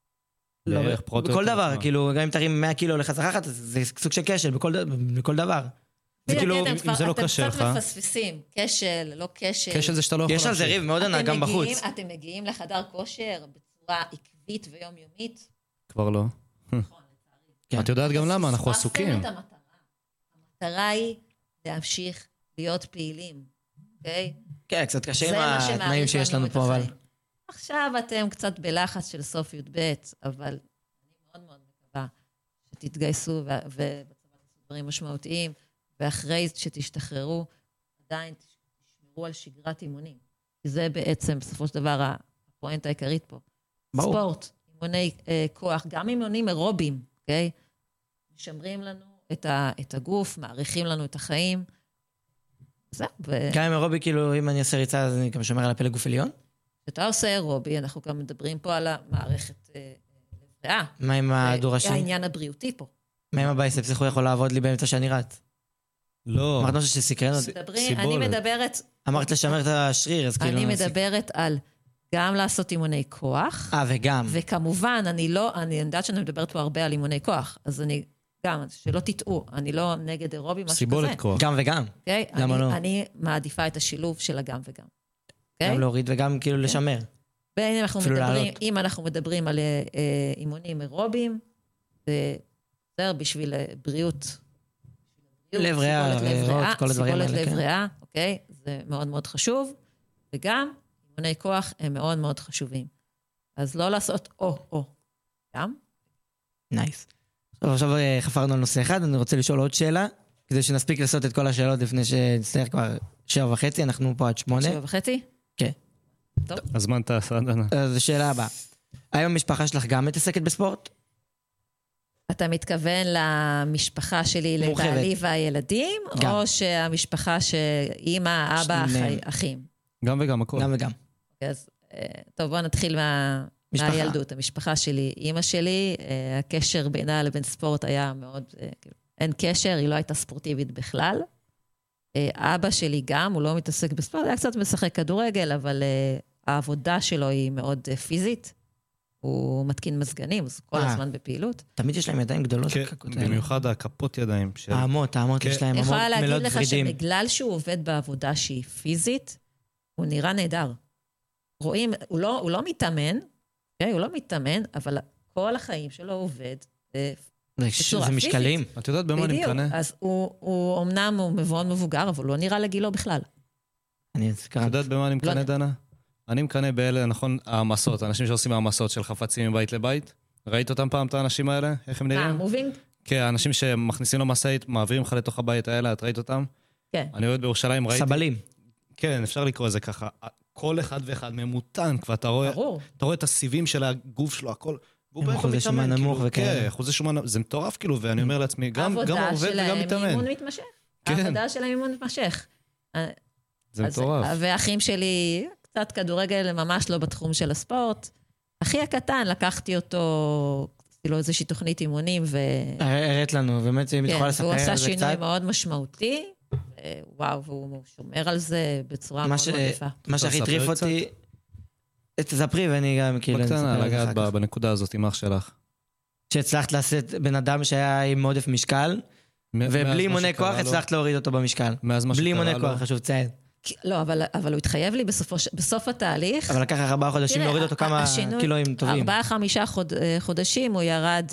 [SPEAKER 2] בכל דבר, כאילו, גם אם תרים 100 קילו לחזרה אחת, זה סוג של קשל, בכל דבר. זה כאילו,
[SPEAKER 3] אם זה לא קשה לך.
[SPEAKER 4] אתם קצת מפספסים, קשל, לא קשל.
[SPEAKER 3] קשל זה שאתה לא יכול
[SPEAKER 2] יש על זה ריב מאוד ענק גם בחוץ.
[SPEAKER 4] אתם מגיעים לחדר כושר בצורה עקבית ויומיומית?
[SPEAKER 3] כבר לא. את יודעת גם למה, אנחנו עסוקים.
[SPEAKER 4] המטרה היא להמשיך להיות פעילים, אוקיי?
[SPEAKER 2] כן, קצת קשה עם התנאים שיש לנו פה, אבל...
[SPEAKER 4] עכשיו אתם קצת בלחץ של סוף י"ב, אבל אני מאוד מאוד מקווה שתתגייסו ובצבא תעשו דברים משמעותיים, ואחרי שתשתחררו, עדיין תשמרו על שגרת אימונים. כי זה בעצם, בסופו של דבר, הפואנטה העיקרית פה.
[SPEAKER 2] ברור.
[SPEAKER 4] ספורט, אימוני כוח, גם אימונים אירובים, אוקיי? משמרים לנו את הגוף, מעריכים לנו את החיים. זהו.
[SPEAKER 2] גם עם אירובי, כאילו, אם אני אעשה ריצה, אז אני גם שומר על הפלג גוף עליון?
[SPEAKER 4] כשאתה עושה אירובי, אנחנו גם מדברים פה על המערכת ריאה.
[SPEAKER 2] מה עם הדורשים?
[SPEAKER 4] העניין הבריאותי פה.
[SPEAKER 2] מה עם הבייספס? איך הוא יכול לעבוד לי באמצע שאני רץ?
[SPEAKER 3] לא.
[SPEAKER 2] אמרת משהו שסקרן אותי.
[SPEAKER 4] אני מדברת...
[SPEAKER 2] אמרת לשמר את השריר, אז כאילו...
[SPEAKER 4] אני מדברת על גם לעשות אימוני כוח.
[SPEAKER 2] וגם.
[SPEAKER 4] וכמובן, אני יודעת שאני מדברת פה הרבה על אימוני כוח, אז אני גם, שלא תטעו, אני לא נגד אירובי, משהו כזה.
[SPEAKER 3] סיבולת כוח.
[SPEAKER 2] גם וגם.
[SPEAKER 4] למה לא? אני מעדיפה את השילוב של הגם וגם.
[SPEAKER 2] גם להוריד וגם כאילו לשמר.
[SPEAKER 4] אם אנחנו מדברים על אימונים אירוביים, זה בשביל בריאות.
[SPEAKER 2] לב ריאה, ריאות, כל הדברים האלה.
[SPEAKER 4] סיבולת לב ריאה, אוקיי? זה מאוד מאוד חשוב. וגם אימוני כוח הם מאוד מאוד חשובים. אז לא לעשות או. גם.
[SPEAKER 2] נייס. עכשיו חפרנו על נושא אחד, אני רוצה לשאול עוד שאלה, כדי שנספיק לעשות את כל השאלות לפני שנסתכל כבר 7:30, אנחנו פה עד 8.
[SPEAKER 4] 7:30?
[SPEAKER 2] כן.
[SPEAKER 4] טוב.
[SPEAKER 3] הזמן תעשה, דנה.
[SPEAKER 2] אז השאלה הבאה. היום המשפחה שלך גם מתעסקת בספורט?
[SPEAKER 4] אתה מתכוון למשפחה שלי, לבעלי והילדים?
[SPEAKER 2] גם.
[SPEAKER 4] או שהמשפחה שאמא, אבא, אחים?
[SPEAKER 3] גם וגם, הכל.
[SPEAKER 2] גם וגם.
[SPEAKER 4] אז טוב, בואו נתחיל מהילדות. המשפחה שלי, אמא שלי, הקשר בינה לבין ספורט היה מאוד, אין קשר, היא לא הייתה ספורטיבית בכלל. אבא שלי גם, הוא לא מתעסק בספורט, היה קצת משחק כדורגל, אבל העבודה שלו היא מאוד פיזית. הוא מתקין מזגנים, אז כל הזמן בפעילות.
[SPEAKER 2] תמיד יש להם ידיים גדולות.
[SPEAKER 3] כן, במיוחד הכפות ידיים.
[SPEAKER 2] העמות יש להם עמות מלאות ורידים.
[SPEAKER 4] אני יכולה להגיד לך שבגלל שהוא עובד בעבודה שהיא פיזית, הוא נראה נהדר. רואים, הוא לא מתאמן, הוא לא מתאמן, אבל כל החיים שלו עובד בצורה
[SPEAKER 2] זה משקלים.
[SPEAKER 4] פיזית.
[SPEAKER 3] את יודעת במה אני מקנה?
[SPEAKER 4] אז הוא אמנם הוא מבואן מבוגר, אבל לא נראה לגילו בכלל.
[SPEAKER 3] את יודעת במה אני מקנה, דנה? אני מקנה באלה, נכון, העמסות, אנשים שעושים העמסות של חפצים מבית לבית. ראית אותם פעם, את האנשים האלה? איך הם נראים?
[SPEAKER 4] מובינג?
[SPEAKER 3] כן, האנשים שמכניסים לו מסעית, מעבירים לך לתוך הבית האלה, את ראית אותם?
[SPEAKER 4] כן.
[SPEAKER 3] אני עובד בירושלים, ראיתי...
[SPEAKER 2] סבלים.
[SPEAKER 3] כן, אפשר לקרוא לזה ככה. כל אחד ואחד ממותן, כבר אתה רואה את הסיבים של הגוף שלו, הכל...
[SPEAKER 2] אחוזי שומן נמוך וכאלה.
[SPEAKER 3] כן, אחוזי שומן, זה מטורף כאילו, ואני אומר לעצמי, גם עובד וגם מתאמן.
[SPEAKER 4] אימון מתמשך. העבודה שלהם אימון מתמשך.
[SPEAKER 3] זה מטורף.
[SPEAKER 4] ואחים שלי, קצת כדורגל, ממש לא בתחום של הספורט. אחי הקטן, לקחתי אותו, כאילו איזושהי תוכנית אימונים,
[SPEAKER 2] הראת לנו, באמת, אם תוכל לספר על זה קצת.
[SPEAKER 4] והוא עשה שינוי מאוד משמעותי, וואו, והוא שומר על זה בצורה מאוד יפה.
[SPEAKER 2] מה שהכי טריף אותי, תספרי ואני גם כאילו...
[SPEAKER 3] בקטנה, לגעת בנקודה הזאת עם אח שלך.
[SPEAKER 2] שהצלחת לעשות בן אדם שהיה עם עודף משקל, ובלי אימוני כוח הצלחת להוריד אותו במשקל. בלי אימוני כוח, חשוב ציין.
[SPEAKER 4] לא, אבל הוא התחייב לי בסוף התהליך.
[SPEAKER 2] אבל לקח 4 חודשים להוריד אותו כמה קילואים טובים.
[SPEAKER 4] 4-5 חודשים הוא ירד,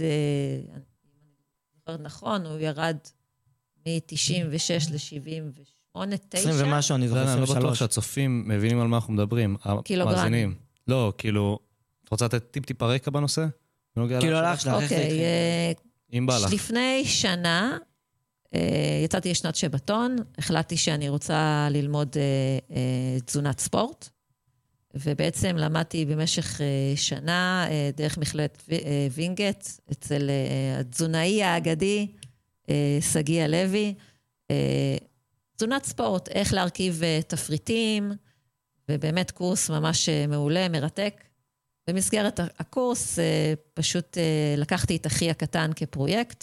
[SPEAKER 4] נכון, הוא ירד מ-96 ל-78, 9.
[SPEAKER 2] 20 ומשהו, אני זוכר, 23.
[SPEAKER 3] אני לא בטוח שהצופים מבינים על מה אנחנו מדברים.
[SPEAKER 4] קילוגרמים.
[SPEAKER 3] לא, כאילו, את רוצה לתת טיפ הרקע בנושא?
[SPEAKER 2] כאילו הלך שלך, איך זה התחיל?
[SPEAKER 3] אם בא לך.
[SPEAKER 4] לפני שנה, יצאתי לשנת שבתון, החלטתי שאני רוצה ללמוד תזונת ספורט, ובעצם למדתי במשך שנה דרך מכללת וינגייט, אצל התזונאי האגדי, סגי הלוי, תזונת ספורט, איך להרכיב תפריטים, ובאמת קורס ממש מעולה, מרתק. במסגרת הקורס פשוט לקחתי את אחי הקטן כפרויקט,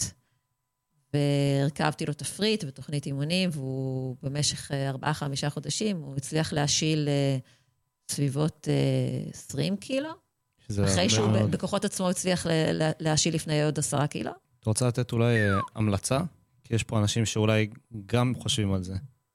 [SPEAKER 4] והרכבתי לו תפריט ותוכנית אימונים, והוא במשך 4-5 חודשים, הוא הצליח להשיל סביבות 20 קילו, אחרי שהוא בכוחות עצמו הצליח להשיל לפני עוד 10 קילו.
[SPEAKER 3] אתה רוצה לתת אולי המלצה? כי יש פה אנשים שאולי גם חושבים על זה.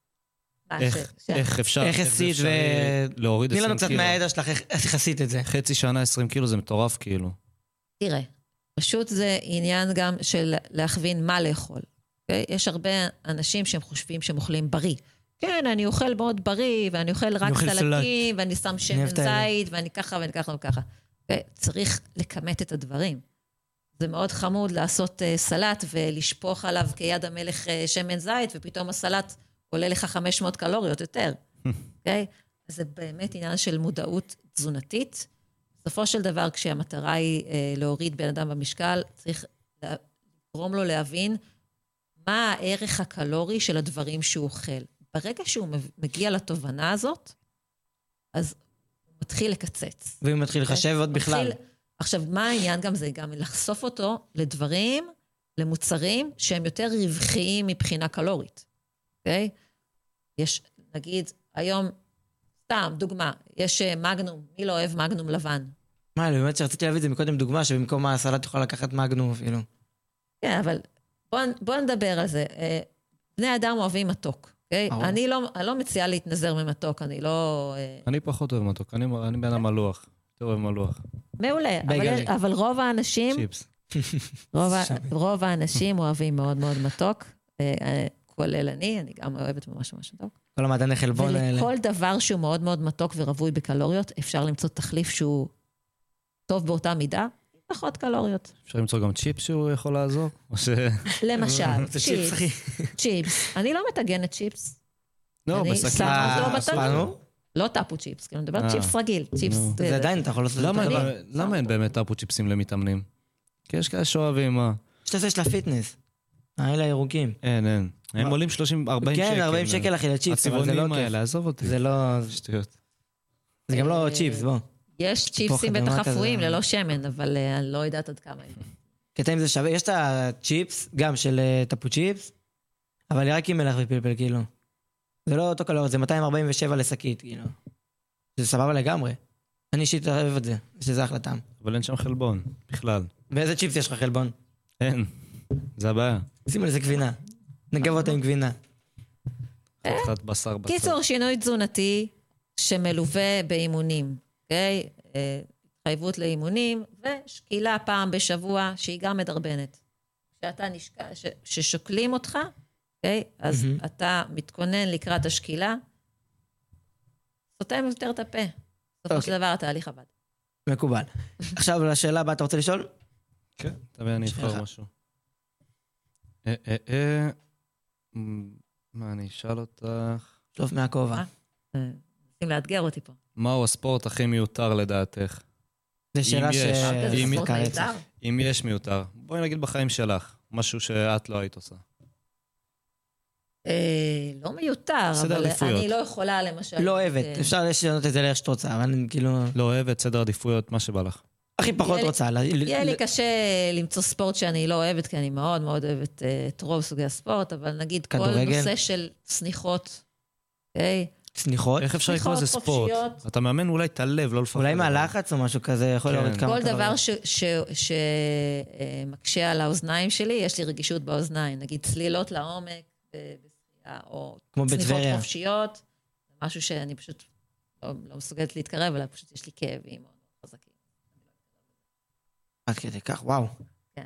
[SPEAKER 3] איך אפשר להוריד 20 קילו?
[SPEAKER 2] תני לנו קצת מהידע שלך, איך עשית את זה?
[SPEAKER 3] חצי שנה 20 קילו זה מטורף כאילו.
[SPEAKER 4] תראה, פשוט זה עניין גם של להכווין מה לאכול. יש הרבה אנשים שהם חושבים שהם אוכלים בריא. כן, אני אוכל מאוד בריא, ואני אוכל רק סלטים, ואני שם שמן זית, ואני ככה ואני ככה וככה. צריך לכמת את הדברים. זה מאוד חמוד לעשות סלט ולשפוך עליו כיד המלך שמן זית, ופתאום הסלט עולה לך 500 קלוריות יותר. אוקיי? אז זה באמת עניין של מודעות תזונתית. בסופו של דבר, כשהמטרה היא להוריד בן אדם במשקל, צריך לגרום לו להבין מה הערך הקלורי של הדברים שהוא אוכל. ברגע שהוא מגיע לתובנה הזאת, אז הוא מתחיל לקצץ.
[SPEAKER 2] והוא מתחיל לחשב עוד בכלל.
[SPEAKER 4] עכשיו, מה העניין גם זה? גם לחשוף אותו לדברים, למוצרים שהם יותר רווחיים מבחינה קלורית. אוקיי? יש, נגיד, היום, סתם, דוגמה, יש מגנום, מי לא אוהב מגנום לבן?
[SPEAKER 2] מה, באמת שרציתי להביא את זה מקודם דוגמה, שבמקום הסלט תוכל לקחת מגנום אפילו.
[SPEAKER 4] כן, אבל בוא נדבר על זה. בני אדם אוהבים מתוק, אוקיי? אני לא מציעה להתנזר ממתוק, אני לא...
[SPEAKER 3] אני פחות אוהב מתוק, אני בן אדם מלוח. יותר אוהב מלוח.
[SPEAKER 4] מעולה, אבל רוב האנשים...
[SPEAKER 3] צ'יפס.
[SPEAKER 4] רוב האנשים אוהבים מאוד מאוד מתוק, כולל אני גם אוהבת ממש ממש מתוק.
[SPEAKER 2] כל המעדני חלבון האלה.
[SPEAKER 4] ולכל דבר שהוא מאוד מאוד מתוק ורווי בקלוריות, אפשר למצוא תחליף שהוא טוב באותה מידה, פחות קלוריות.
[SPEAKER 3] אפשר למצוא גם צ'יפס שהוא יכול לעזור?
[SPEAKER 4] למשל, צ'יפס. אני לא מטגנת צ'יפס.
[SPEAKER 3] לא, בשקית.
[SPEAKER 4] לא טאפו צ'יפס, כי אני מדברת צ'יפס רגיל.
[SPEAKER 2] זה עדיין, אתה יכול לעשות את זה.
[SPEAKER 3] למה אין באמת טאפו צ'יפסים למתאמנים? כי יש כאלה שאוהבים, מה?
[SPEAKER 2] יש לזה של הפיטנס. האלה הירוקים.
[SPEAKER 3] אין. הם עולים 30-40 שקל.
[SPEAKER 2] כן, 40 שקל אחי לצ'יפס, אבל זה לא כיף.
[SPEAKER 3] האלה, עזוב אותי.
[SPEAKER 2] זה לא...
[SPEAKER 3] שטויות.
[SPEAKER 2] זה גם לא צ'יפס, בוא.
[SPEAKER 4] יש צ'יפסים בטח אפויים ללא שמן, אבל אני לא יודעת עד כמה.
[SPEAKER 2] קטע אם זה שווה, יש את הצ'יפס, גם של טאפו צ'יפס, אבל רק עם מלח ופלפל, כאילו. זה לא אותו קלוריות, זה 247 לשקית, כאילו. זה סבבה לגמרי. אני אישית אוהב את זה, שזה אחלה טעם.
[SPEAKER 3] אבל אין שם חלבון, בכלל.
[SPEAKER 2] באיזה צ'יפס יש לך חלבון?
[SPEAKER 3] אין, זה הבעיה.
[SPEAKER 2] שימו לזה גבינה. נגב אותה עם גבינה.
[SPEAKER 3] קצת בשר בצד.
[SPEAKER 4] קיצור, שינוי תזונתי שמלווה באימונים, אוקיי? התחייבות לאימונים, ושקילה פעם בשבוע שהיא גם מדרבנת. כשאתה ששוקלים אותך, אוקיי? אז אתה מתכונן לקראת השקילה, סותם יותר את הפה. בסופו של דבר התהליך עבד.
[SPEAKER 2] מקובל. עכשיו לשאלה הבאה, אתה רוצה לשאול?
[SPEAKER 3] כן, תביא אני אבחר משהו. מה, אני אשאל אותך?
[SPEAKER 2] שלוף מהכובע.
[SPEAKER 4] רוצים לאתגר אותי פה.
[SPEAKER 3] מהו הספורט הכי מיותר לדעתך?
[SPEAKER 2] זו שאלה
[SPEAKER 3] אם יש מיותר. בואי נגיד בחיים שלך, משהו שאת לא היית עושה.
[SPEAKER 4] לא מיותר, אבל אני לא יכולה למשל...
[SPEAKER 2] לא אוהבת, אפשר לשנות את זה לאיך שאת רוצה, אבל אני כאילו...
[SPEAKER 3] לא אוהבת, סדר עדיפויות, מה שבא לך.
[SPEAKER 2] הכי פחות רוצה.
[SPEAKER 4] יהיה לי קשה למצוא ספורט שאני לא אוהבת, כי אני מאוד מאוד אוהבת את רוב סוגי הספורט, אבל נגיד כל נושא של צניחות, אוקיי?
[SPEAKER 2] צניחות?
[SPEAKER 3] איך אפשר לקרוא לזה ספורט? אתה מאמן אולי את הלב, לא לפחות.
[SPEAKER 2] אולי מהלחץ או משהו כזה, יכול להוריד כמה
[SPEAKER 4] כל דבר שמקשה על האוזניים שלי, יש לי רגישות באוזניים, נגיד צלילות לעומק, או צניחות חופשיות, משהו שאני פשוט לא מסוגלת להתקרב, אלא פשוט יש לי כאבים מאוד חזקים.
[SPEAKER 2] עד כדי כך, וואו.
[SPEAKER 4] כן.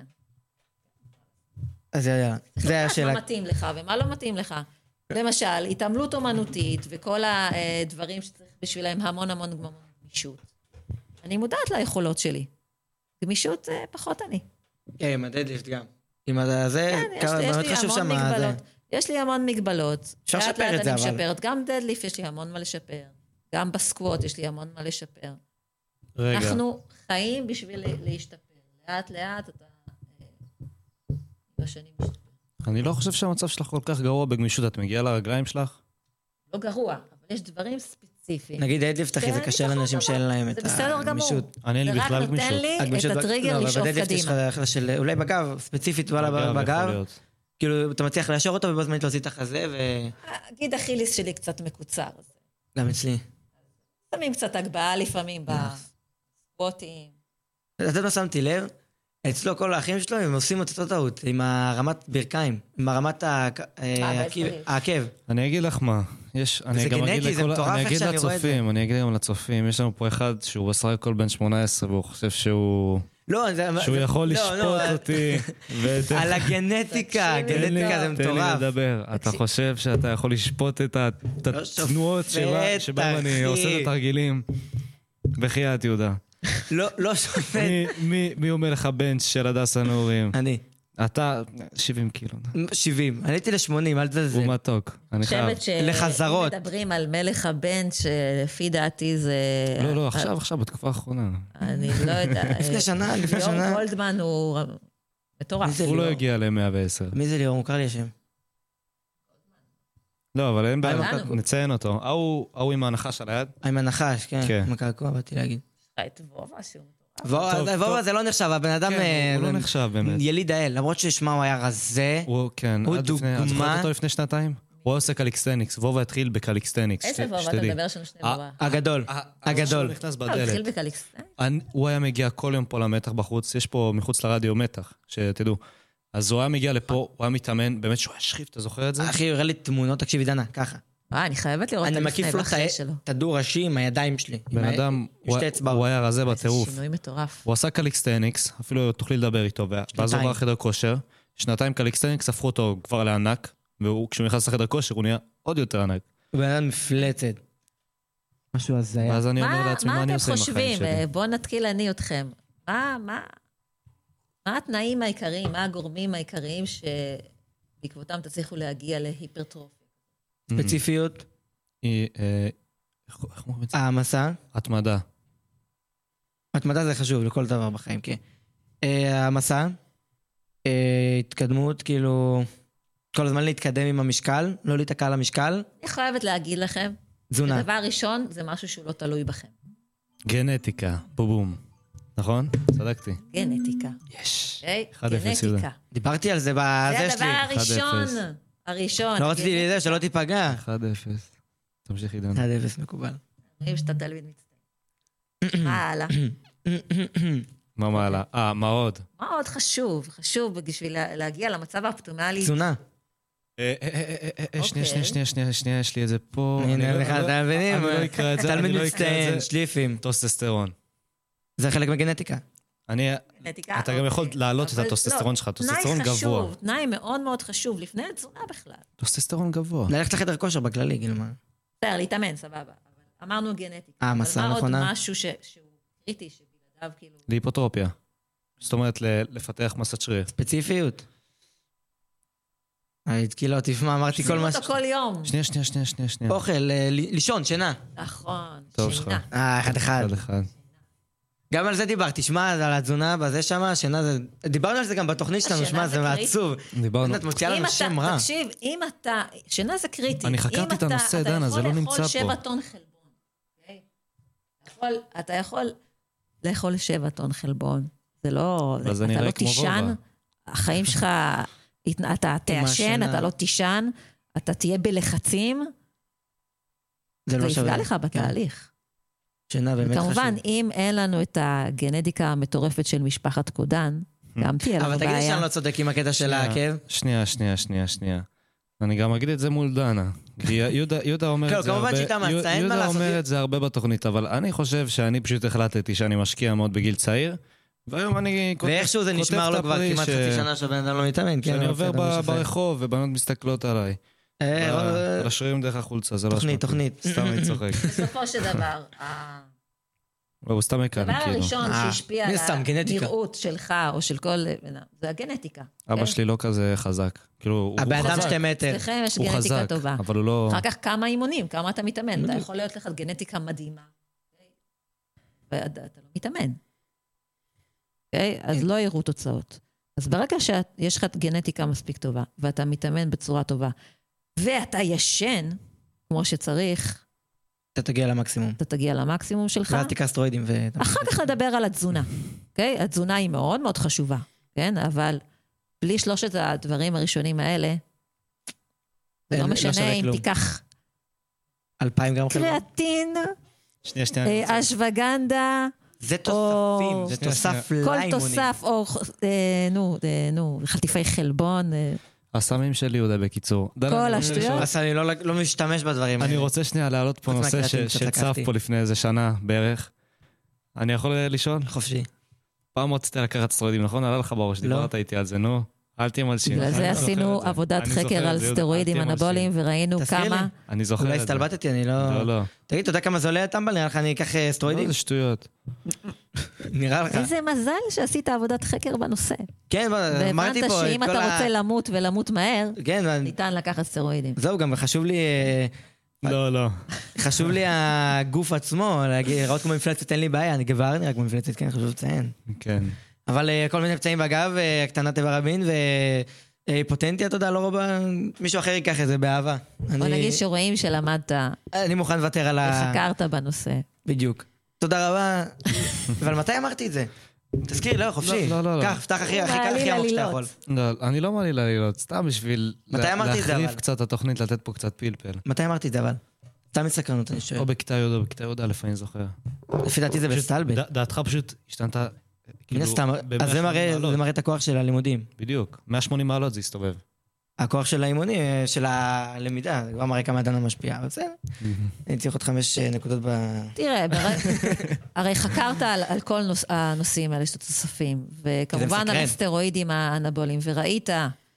[SPEAKER 2] אז זה השאלה.
[SPEAKER 4] מה מתאים לך ומה לא מתאים לך. למשל, התעמלות אומנותית וכל הדברים שצריך בשבילם המון גמישות. אני מודעת ליכולות שלי. גמישות פחות אני.
[SPEAKER 2] כן, עם הדדליפט גם. עם זה, באמת חשוב שם.
[SPEAKER 4] יש לי המון מגבלות.
[SPEAKER 2] אפשר לשפר את זה, אבל.
[SPEAKER 4] משפרת. גם דדליפט יש לי המון מה לשפר. גם בסקווט יש לי המון מה לשפר.
[SPEAKER 3] רגע.
[SPEAKER 4] אנחנו חיים בשביל להשתפר. לאט לאט אתה בשנים משתפר.
[SPEAKER 3] אני לא חושב שהמצב שלך כל כך גרוע בגמישות. את מגיעה לרגליים שלך?
[SPEAKER 4] לא גרוע, אבל יש דברים ספציפיים.
[SPEAKER 2] נגיד דדליפט, אחי, זה קשה לאנשים שאין להם את הגמישות.
[SPEAKER 3] אני אין לי בכלל גמישות.
[SPEAKER 4] זה רק נותן לי את הטריגר לשאוף קדימה.
[SPEAKER 2] אולי בגב, ספציפית וואלה בגב. כאילו, אתה מצליח לאשר אותו ובו זמנית להוציא את החזה
[SPEAKER 4] אגיד, אכיליס שלי קצת מקוצר.
[SPEAKER 2] גם אצלי.
[SPEAKER 4] שמים קצת הגבהה לפעמים בספוטים.
[SPEAKER 2] אתה לא שמתי לב, אצלו כל האחים שלו, הם עושים את אותו טעות, עם הרמת ברכיים, עם הרמת העקב.
[SPEAKER 3] אני אגיד לך מה,
[SPEAKER 2] זה גנטי, זה מטורף איך שאני רואה את זה.
[SPEAKER 3] אני אגיד גם לצופים, יש לנו פה אחד שהוא בסך הכל בן 18, והוא חושב שהוא יכול לשפוט אותי.
[SPEAKER 2] על הגנטיקה, גנטיקה זה מטורף.
[SPEAKER 3] תן לי לדבר, אתה חושב שאתה יכול לשפוט את התנועות שבהם אני עושה את התרגילים? בחייאת יהודה.
[SPEAKER 2] לא שופט.
[SPEAKER 3] מי אומר לך בנץ' של הדס הנעורים?
[SPEAKER 2] אני.
[SPEAKER 3] אתה 70 קילו.
[SPEAKER 2] 70, עליתי ל-80, אל תזלזל.
[SPEAKER 3] הוא מתוק, אני חייב.
[SPEAKER 2] לחזרות.
[SPEAKER 4] אם מדברים על מלך הבנץ' שלפי דעתי זה...
[SPEAKER 3] לא, עכשיו, בתקופה האחרונה.
[SPEAKER 4] אני לא יודע.
[SPEAKER 2] לפני שנה.
[SPEAKER 4] ליאור גולדמן הוא מטורף.
[SPEAKER 3] הוא לא הגיע ל-110.
[SPEAKER 2] מי זה ליאור? מוכר לי השם.
[SPEAKER 3] לא, אבל אין בעיה, נציין אותו. ההוא עם הנחש על היד?
[SPEAKER 2] עם הנחש, כן. עם הקעקוע, באתי להגיד.
[SPEAKER 4] את וובה שהוא
[SPEAKER 2] וובה זה לא נחשב, הבן אדם
[SPEAKER 3] הוא לא נחשב באמת.
[SPEAKER 2] יליד האל, למרות ששמה הוא היה רזה,
[SPEAKER 3] הוא דוגמה. את זוכרת אותו לפני שנתיים? הוא עושה קליקסטניקס, וובה התחיל בקליקסטניקס.
[SPEAKER 4] איזה וובה אתה מדבר שם שני וובה?
[SPEAKER 2] הגדול.
[SPEAKER 3] הוא נכנס בדלת.
[SPEAKER 4] התחיל בקליקסטניקס?
[SPEAKER 3] הוא היה מגיע כל יום פה למתח בחוץ, יש פה מחוץ לרדיו מתח, שתדעו. אז הוא היה מגיע לפה, הוא היה מתאמן, באמת שהוא היה שכיב, אתה זוכר את זה?
[SPEAKER 2] אחי, הוא הראה לי תמונות, תקשיבי דנה, ככה.
[SPEAKER 4] אני חייבת לראות את
[SPEAKER 2] המפני ואחרי שלו. את הדור ראשי עם הידיים שלי.
[SPEAKER 3] בן אדם, הוא היה רזה בטירוף.
[SPEAKER 4] שינוי מטורף.
[SPEAKER 3] הוא עשה קליקסטניקס, אפילו תוכלי לדבר איתו, ואז הוא עבר חדר כושר, שנתיים קליקסטניקס, הפכו אותו כבר לענק, וכשהוא נכנס לחדר כושר הוא נהיה עוד יותר ענק.
[SPEAKER 2] הוא בן אדם מפלצת. משהו הזיה.
[SPEAKER 3] ואז אני אומר לעצמי, מה אני עושה עם החיים שלי?
[SPEAKER 4] בואו נתקיל אני אתכם. מה התנאים העיקריים, מה הגורמים העיקריים שבעקבותם תצליחו להגיע להיפרטרופיה?
[SPEAKER 2] ספציפיות.
[SPEAKER 3] איך אומרים את זה?
[SPEAKER 2] המסע.
[SPEAKER 3] התמדה.
[SPEAKER 2] התמדה זה חשוב לכל דבר בחיים, כן. המסע. התקדמות, כאילו... כל הזמן להתקדם עם המשקל, לא להתקע על המשקל.
[SPEAKER 4] אני חייבת להגיד לכם,
[SPEAKER 2] תזונה.
[SPEAKER 4] הדבר ראשון זה משהו שהוא לא תלוי בכם.
[SPEAKER 3] גנטיקה, בובום. נכון? צדקתי.
[SPEAKER 4] גנטיקה.
[SPEAKER 3] יש.
[SPEAKER 4] גנטיקה.
[SPEAKER 2] דיברתי על זה בזה שלי.
[SPEAKER 4] זה הדבר הראשון.
[SPEAKER 2] לא רציתי לזה, שלא תיפגע.
[SPEAKER 3] 1-0. תמשיך עידן.
[SPEAKER 2] 1-0 מקובל.
[SPEAKER 4] רואים שאתה תלמיד מצטער. מה הלאה?
[SPEAKER 3] מה הלאה? מה עוד?
[SPEAKER 4] מה עוד חשוב? חשוב בשביל להגיע למצב האופטימלי.
[SPEAKER 2] תזונה.
[SPEAKER 3] שנייה, יש לי את זה פה.
[SPEAKER 2] הנה לך, אתה מבינים?
[SPEAKER 3] אני לא אקרא את זה.
[SPEAKER 2] תלמיד מצטיין, שליפים.
[SPEAKER 3] טוסטסטרון.
[SPEAKER 2] זה חלק מגנטיקה.
[SPEAKER 3] אתה גם יכול להעלות את הטוסטסטרון שלך, טוסטסטרון גבוה.
[SPEAKER 4] תנאי חשוב, תנאי מאוד מאוד חשוב, לפני התזונה בכלל.
[SPEAKER 3] טוסטסטרון גבוה.
[SPEAKER 2] ללכת לחדר כושר בכללי, כאילו מה.
[SPEAKER 4] בסדר, להתאמן, סבבה. אמרנו גנטיקה.
[SPEAKER 2] מסע נכונה.
[SPEAKER 4] אבל מה עוד משהו שהוא קריטי, שבלעדיו כאילו...
[SPEAKER 3] להיפוטרופיה. זאת אומרת, לפתח מסת שריר.
[SPEAKER 2] ספציפיות. התקילה אותי, מה אמרתי כל מה...
[SPEAKER 4] שימו אותו כל יום.
[SPEAKER 3] שנייה.
[SPEAKER 2] אוכל, לישון, שינה.
[SPEAKER 4] נכון,
[SPEAKER 3] שינה.
[SPEAKER 2] 1-1. גם על זה דיברתי, שמע, על התזונה בזה שמה, שינה זה... דיברנו על זה גם בתוכנית שלנו, שמע, זה מעצוב.
[SPEAKER 3] דיברנו.
[SPEAKER 2] את מוציאה לנו שם רע.
[SPEAKER 4] תקשיב, אם אתה... שינה זה קריטי.
[SPEAKER 3] אני חקרתי את הנושא, דנה, זה לא נמצא פה.
[SPEAKER 4] אתה יכול לאכול 7 טון חלבון. אתה יכול לאכול 7 טון חלבון. זה לא... אתה לא תישן, החיים שלך... אתה תעשן, אתה לא תישן, אתה תהיה בלחצים. זה יפגע לך בתהליך.
[SPEAKER 2] שינה באמת חשוב.
[SPEAKER 4] כמובן, אם אין לנו את הגנטיקה המטורפת של משפחת קודן, גם תהיה לנו בעיה.
[SPEAKER 2] אבל תגיד שאני לא צודק עם הקטע של העקב.
[SPEAKER 3] שנייה. אני גם אגיד את זה מול דנה. יהודה אומר את זה הרבה בתוכנית, אבל אני חושב שאני פשוט החלטתי שאני משקיע מאוד בגיל צעיר, והיום אני כותב...
[SPEAKER 2] ואיכשהו זה נשמר לו כבר כמעט חצי שנה שהבן אדם לא מתאמן.
[SPEAKER 3] שאני עובר ברחוב ובנות מסתכלות עליי. על השרירים דרך החולצה, זה לא אשמתי.
[SPEAKER 2] תוכנית.
[SPEAKER 3] סתם אני צוחק.
[SPEAKER 4] בסופו של דבר,
[SPEAKER 3] הוא סתם מקרן,
[SPEAKER 4] הדבר
[SPEAKER 3] כאילו.
[SPEAKER 4] הראשון שהשפיע על הנראות שלך או של כל... זה הגנטיקה.
[SPEAKER 3] אבא שלי לא כזה חזק.
[SPEAKER 2] הבן אדם 2 מטר.
[SPEAKER 4] אצלכם יש גנטיקה טובה.
[SPEAKER 3] אבל הוא לא...
[SPEAKER 4] אחר כך כמה אימונים, כמה אתה מתאמן. אתה יכול להיות לך גנטיקה מדהימה. ואתה לא מתאמן. אז לא יראו תוצאות. אז ברגע שיש לך גנטיקה מספיק טובה, ואתה מתאמן בצורה טובה, ואתה ישן, כמו שצריך,
[SPEAKER 2] אתה תגיע למקסימום.
[SPEAKER 4] אתה תגיע למקסימום שלך.
[SPEAKER 2] ואז תיקח סטרואידים
[SPEAKER 4] אחר כך נדבר על התזונה. אוקיי? התזונה היא מאוד מאוד חשובה, כן? אבל בלי שלושת הדברים הראשונים האלה, זה לא משנה אם תיקח
[SPEAKER 2] 2,000 גרם חלבון.
[SPEAKER 4] קריאטין,
[SPEAKER 3] שנייה.
[SPEAKER 4] אשווגנדה,
[SPEAKER 2] זה תוספים, זה תוסף לאימונים.
[SPEAKER 4] כל תוסף, או חטיפי חלבון.
[SPEAKER 3] הסמים של יהודה בקיצור.
[SPEAKER 4] כל השטויות.
[SPEAKER 2] אז אני לא משתמש בדברים.
[SPEAKER 3] אני רוצה שנייה להעלות פה נושא שצף פה לפני איזה שנה בערך. אני יכול לשאול?
[SPEAKER 2] חופשי.
[SPEAKER 3] פעם רציתי לקחת סטרואידים, נכון? עלה לך בראש, דיברת איתי על זה, נו. אל תהיה מלשין.
[SPEAKER 4] בגלל זה עשינו עבודת חקר על סטרואידים אנבוליים, וראינו כמה...
[SPEAKER 3] אני זוכר את זה.
[SPEAKER 2] אולי הסתלבטתי, אני לא...
[SPEAKER 3] לא.
[SPEAKER 2] תגיד, אתה יודע כמה זה עולה הטמבל? נראה לך אני אקח סטרואידים?
[SPEAKER 3] לא, זה שטויות.
[SPEAKER 2] נראה לך.
[SPEAKER 4] איזה מזל שעשית עבודת חקר בנושא.
[SPEAKER 2] כן, אמרתי פה...
[SPEAKER 4] והבנת שאם אתה רוצה למות ולמות מהר,
[SPEAKER 2] כן,
[SPEAKER 4] ניתן לקחת סטרואידים.
[SPEAKER 2] זהו, גם חשוב לי...
[SPEAKER 3] לא.
[SPEAKER 2] חשוב לי הגוף עצמו, לראות כמו אינפלציות, אין לי בעיה, אני גבר נראה כמו אינפלציות, כן, חשוב לציין.
[SPEAKER 3] כן.
[SPEAKER 2] אבל כל מיני פצעים בגב, הקטנת איבר רבין, והיפוטנטיה, אתה יודע, לא רובה, מישהו אחר ייקח את זה באהבה.
[SPEAKER 4] בוא נגיד שרואים שלמדת,
[SPEAKER 2] אני מוכן לוותר על
[SPEAKER 4] וחקרת בנושא.
[SPEAKER 2] בדיוק. תודה רבה. אבל מתי אמרתי את זה? תזכיר, לא, חופשי.
[SPEAKER 3] לא.
[SPEAKER 2] קח, פתח הכי עמוק שאתה יכול.
[SPEAKER 3] לא, אני לא מעליל עלילות, סתם בשביל להחריף קצת התוכנית, לתת פה קצת פלפל.
[SPEAKER 2] מתי אמרתי את זה אבל? סתם מסקרנות, אני שואל.
[SPEAKER 3] או בכיתה יהודה, לפעמים זוכר.
[SPEAKER 2] לפי דעתי זה בסטלבט.
[SPEAKER 3] דעתך פשוט השתנתה...
[SPEAKER 2] אז זה מראה את הכוח של הלימודים.
[SPEAKER 3] בדיוק, 180 מעלות זה הסתובב.
[SPEAKER 2] הכוח של האימונים, של הלמידה, זה כבר מראה כמה הדנה משפיעה, אבל בסדר. אני צריך עוד 5 נקודות
[SPEAKER 4] תראה, הרי חקרת על כל הנושאים האלה שאתה תוספים, וכמובן על הסטרואידים האנבוליים, וראית,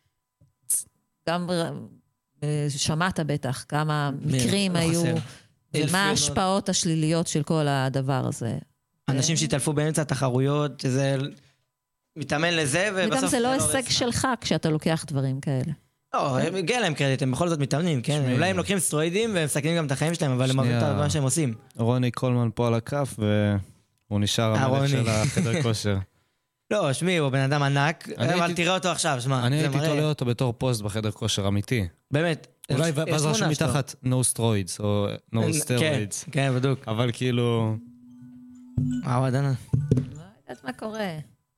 [SPEAKER 4] גם שמעת בטח כמה מקרים היו, ומה ההשפעות השליליות של כל הדבר הזה.
[SPEAKER 2] אנשים שהתעלפו באמצע התחרויות, שזה מתאמן לזה, ובסוף...
[SPEAKER 4] וגם זה לא הישג שלך כשאתה לוקח דברים כאלה.
[SPEAKER 2] לא, הגיע להם קרדיט, הם בכל זאת מתאמנים, כן? אולי הם לוקחים סטרואידים והם מסכנים גם את החיים שלהם, אבל הם אוהבים את מה שהם עושים.
[SPEAKER 3] רוני קולמן פה על הכף, והוא נשאר המלך של החדר כושר.
[SPEAKER 2] לא, שמי, הוא בן אדם ענק, אבל תראה אותו עכשיו, שמע.
[SPEAKER 3] אני הייתי תולה אותו בתור פוסט בחדר כושר, אמיתי.
[SPEAKER 2] באמת.
[SPEAKER 3] אולי ואז רשום מתחת no steroids, או no steroids.
[SPEAKER 2] כן, בדיוק.
[SPEAKER 3] אבל כאילו...
[SPEAKER 2] דנה.
[SPEAKER 4] לא יודעת מה קורה.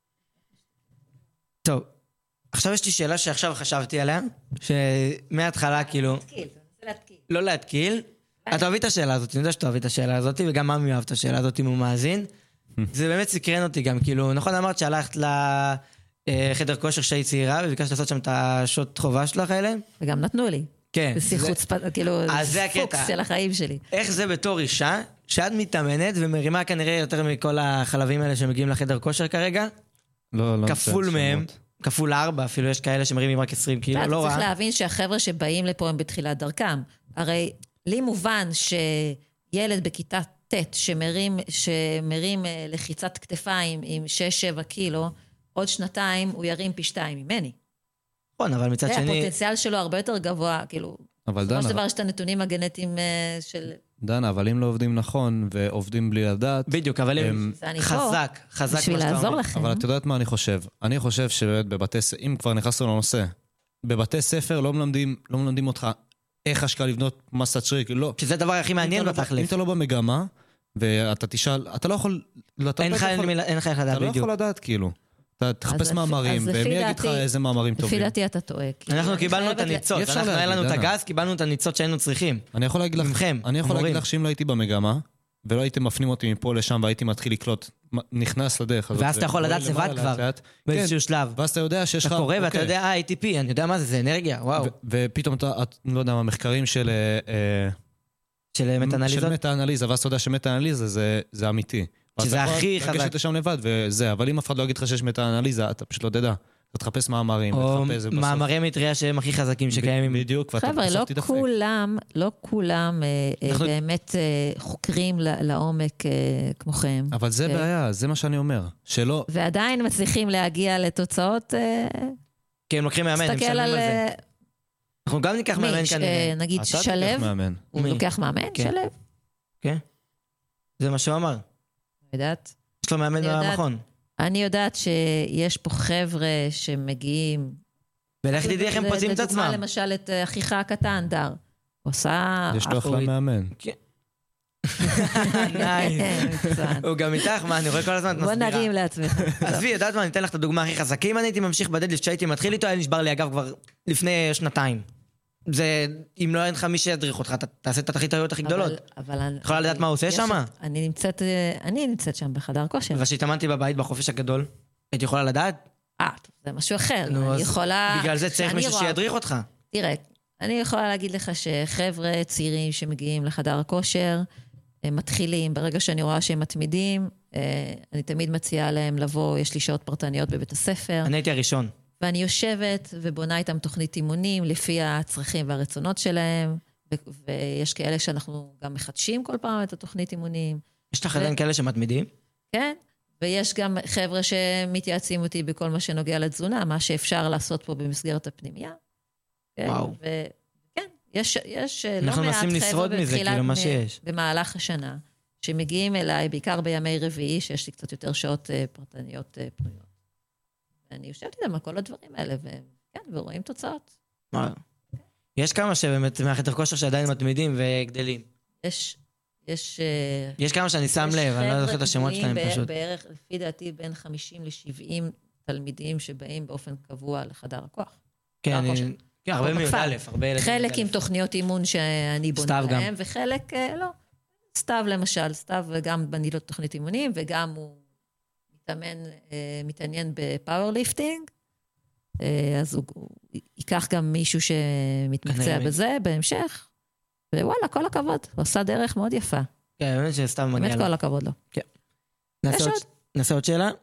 [SPEAKER 2] טוב, עכשיו יש לי שאלה שעכשיו חשבתי עליה, שמההתחלה כאילו... לא להתקיל. אתה אוהבי את השאלה הזאת, אני יודע שאתה אוהבי את השאלה הזאת, וגם ממי אוהב את השאלה הזאת אם הוא מאזין. זה באמת סקרן אותי גם, כאילו, נכון אמרת שהלכת לחדר כושר שהיא צעירה, וביקשת לעשות שם את השוט חובה שלך האלה?
[SPEAKER 4] וגם נתנו לי.
[SPEAKER 2] כן.
[SPEAKER 4] בשיחות, כאילו, פוקס של החיים שלי.
[SPEAKER 2] איך זה בתור אישה, שאת מתאמנת ומרימה כנראה יותר מכל החלבים האלה שמגיעים לחדר כושר כרגע?
[SPEAKER 3] לא.
[SPEAKER 2] כפול מהם, כפול 4, אפילו יש כאלה שמרימים רק 20 קילו, לא רע.
[SPEAKER 4] אתה צריך להבין שהחבר'ה שבאים לפה הם בתחילת דרכם. הרי לי מובן שילד בכיתה ט' שמרים לחיצת כתפיים עם 6-7 קילו, עוד שנתיים הוא ירים פי 2 ממני.
[SPEAKER 2] נכון, אבל מצד שני...
[SPEAKER 4] הפוטנציאל שלו הרבה יותר גבוה, כאילו...
[SPEAKER 3] אבל דנה...
[SPEAKER 4] כמו שדבר יש את הנתונים הגנטיים של...
[SPEAKER 3] דנה, אבל אם לא עובדים נכון ועובדים בלי לדעת...
[SPEAKER 2] בדיוק, אבל הם חזק
[SPEAKER 4] בשביל לעזור לכם.
[SPEAKER 3] אבל את יודעת מה אני חושב? אני חושב שבבתי ספר, אם כבר נכנסנו לנושא, בבתי ספר לא מלמדים אותך איך השקעה לבנות מסת שריר, לא.
[SPEAKER 2] שזה הדבר הכי מעניין בתכלס.
[SPEAKER 3] אם אתה לא במגמה, ואתה תשאל, אתה לא יכול...
[SPEAKER 2] אין לך איך לדעת,
[SPEAKER 3] אתה לא יכול לדעת, כאילו. אתה תחפש מאמרים, ומי יגיד לך איזה מאמרים טובים.
[SPEAKER 4] לפי דעתי אתה טועה.
[SPEAKER 2] אנחנו קיבלנו את הניצות, היה לנו את הגז, קיבלנו את הניצות שהיינו צריכים.
[SPEAKER 3] אני יכול להגיד לך שאם לא הייתי במגמה, ולא הייתם מפנים אותי מפה לשם, והייתי מתחיל לקלוט, נכנס לדרך הזאת.
[SPEAKER 2] ואז אתה יכול לדעת לבד כבר, באיזשהו שלב.
[SPEAKER 3] ואז אתה יודע שיש לך...
[SPEAKER 2] אתה קורא ואתה יודע, ATP, אני יודע מה זה, זה אנרגיה, וואו.
[SPEAKER 3] ופתאום אתה, לא יודע, המחקרים של מטה-אנליזה, ואז אתה יודע שמטה-אנליזה זה אמיתי.
[SPEAKER 2] שזה הכי חזק.
[SPEAKER 3] אתה גשת לשם לבד וזה, אבל אם אף אחד לא יגיד לך שיש מטה-אנליזה, אתה פשוט לא תדע. אתה תחפש מאמרים.
[SPEAKER 2] או מאמרי מטריה שהם הכי חזקים שקיימים.
[SPEAKER 3] בדיוק, ואתה
[SPEAKER 4] בסוף תדפק. חבר'ה, לא כולם באמת חוקרים לעומק כמוכם.
[SPEAKER 3] אבל זה בעיה, זה מה שאני אומר. שלא...
[SPEAKER 4] ועדיין מצליחים להגיע לתוצאות...
[SPEAKER 2] כי הם לוקחים מאמן, הם משלמים על זה. אנחנו גם ניקח מאמן כנראה.
[SPEAKER 4] נגיד שלב, הוא לוקח מאמן, שלב?
[SPEAKER 2] כן. זה מה שהוא אמר.
[SPEAKER 4] יודעת?
[SPEAKER 2] יש לו מאמן במכון.
[SPEAKER 4] אני יודעת שיש פה חבר'ה שמגיעים...
[SPEAKER 2] ולך תדעי איך הם פוצעים את עצמם.
[SPEAKER 4] לדוגמה, למשל, את אחיך הקטן, דר. הוא עושה...
[SPEAKER 3] יש לו אחלה מאמן.
[SPEAKER 2] הוא גם איתך, מה, אני רואה כל הזמן את מסבירה.
[SPEAKER 4] בוא נרים לעצמך.
[SPEAKER 2] עזבי, יודעת מה, אני אתן לך את הדוגמה הכי חזקה. אם אני הייתי ממשיך בדדליפט שהייתי מתחיל איתו, היה נשבר לי הגב כבר לפני 2 זה, אם לא אין לך מי שידריך אותך, אתה תעשה את הטעויות הכי גדולות. יכולה לדעת מה הוא עושה שם?
[SPEAKER 4] אני נמצאת שם בחדר כושר.
[SPEAKER 2] אבל שהתאמנתי בבית בחופש הגדול, הייתי יכולה לדעת?
[SPEAKER 4] זה משהו אחר. אני יכולה...
[SPEAKER 2] בגלל זה צריך מישהו שידריך אותך.
[SPEAKER 4] תראה, אני יכולה להגיד לך שחבר'ה צעירים שמגיעים לחדר הכושר, הם מתחילים, ברגע שאני רואה שהם מתמידים, אני תמיד מציעה להם לבוא, יש לי שעות פרטניות בבית הספר.
[SPEAKER 2] אני הייתי הראשון.
[SPEAKER 4] ואני יושבת ובונה איתם תוכנית אימונים, לפי הצרכים והרצונות שלהם, ויש כאלה שאנחנו גם מחדשים כל פעם את התוכנית אימונים.
[SPEAKER 2] יש לך עדיין כאלה שמתמידים?
[SPEAKER 4] כן, ויש גם חבר'ה שמתייעצים אותי בכל מה שנוגע לתזונה, מה שאפשר לעשות פה במסגרת הפנימיה.
[SPEAKER 2] וואו.
[SPEAKER 4] כן, יש לא
[SPEAKER 2] אנחנו
[SPEAKER 4] מעט
[SPEAKER 2] מנסים לשרוד מזה, כאילו מה שיש.
[SPEAKER 4] במהלך השנה, שמגיעים אליי, בעיקר בימי רביעי, שיש לי קצת יותר שעות פרטניות פנויות. ואני יושבת איתם על כל הדברים האלה, ורואים תוצאות.
[SPEAKER 2] יש כמה שבאמת מהחדר כושר שעדיין מתמידים וגדלים. יש כמה שאני שם לב, אני לא זוכר את השמות שלהם פשוט.
[SPEAKER 4] בערך, לפי דעתי, בין 50 ל-70 תלמידים שבאים באופן קבוע לחדר הכוח.
[SPEAKER 2] כן, הרבה מיוד א', הרבה ילדים.
[SPEAKER 4] חלק עם תוכניות אימון שאני בונה להם, וחלק לא. סתיו למשל, סתיו גם בניתי לו תוכנית אימונים, וגם הוא מתעניין בפאורליפטינג, אז הוא ייקח גם מישהו שמתמקצע בזה בהמשך, ווואלה, כל הכבוד, הוא עושה דרך מאוד יפה.
[SPEAKER 2] כן, באמת שסתיו מגיע לו.
[SPEAKER 4] באמת כל הכבוד לו.
[SPEAKER 2] כן. נעשה עוד שאלה?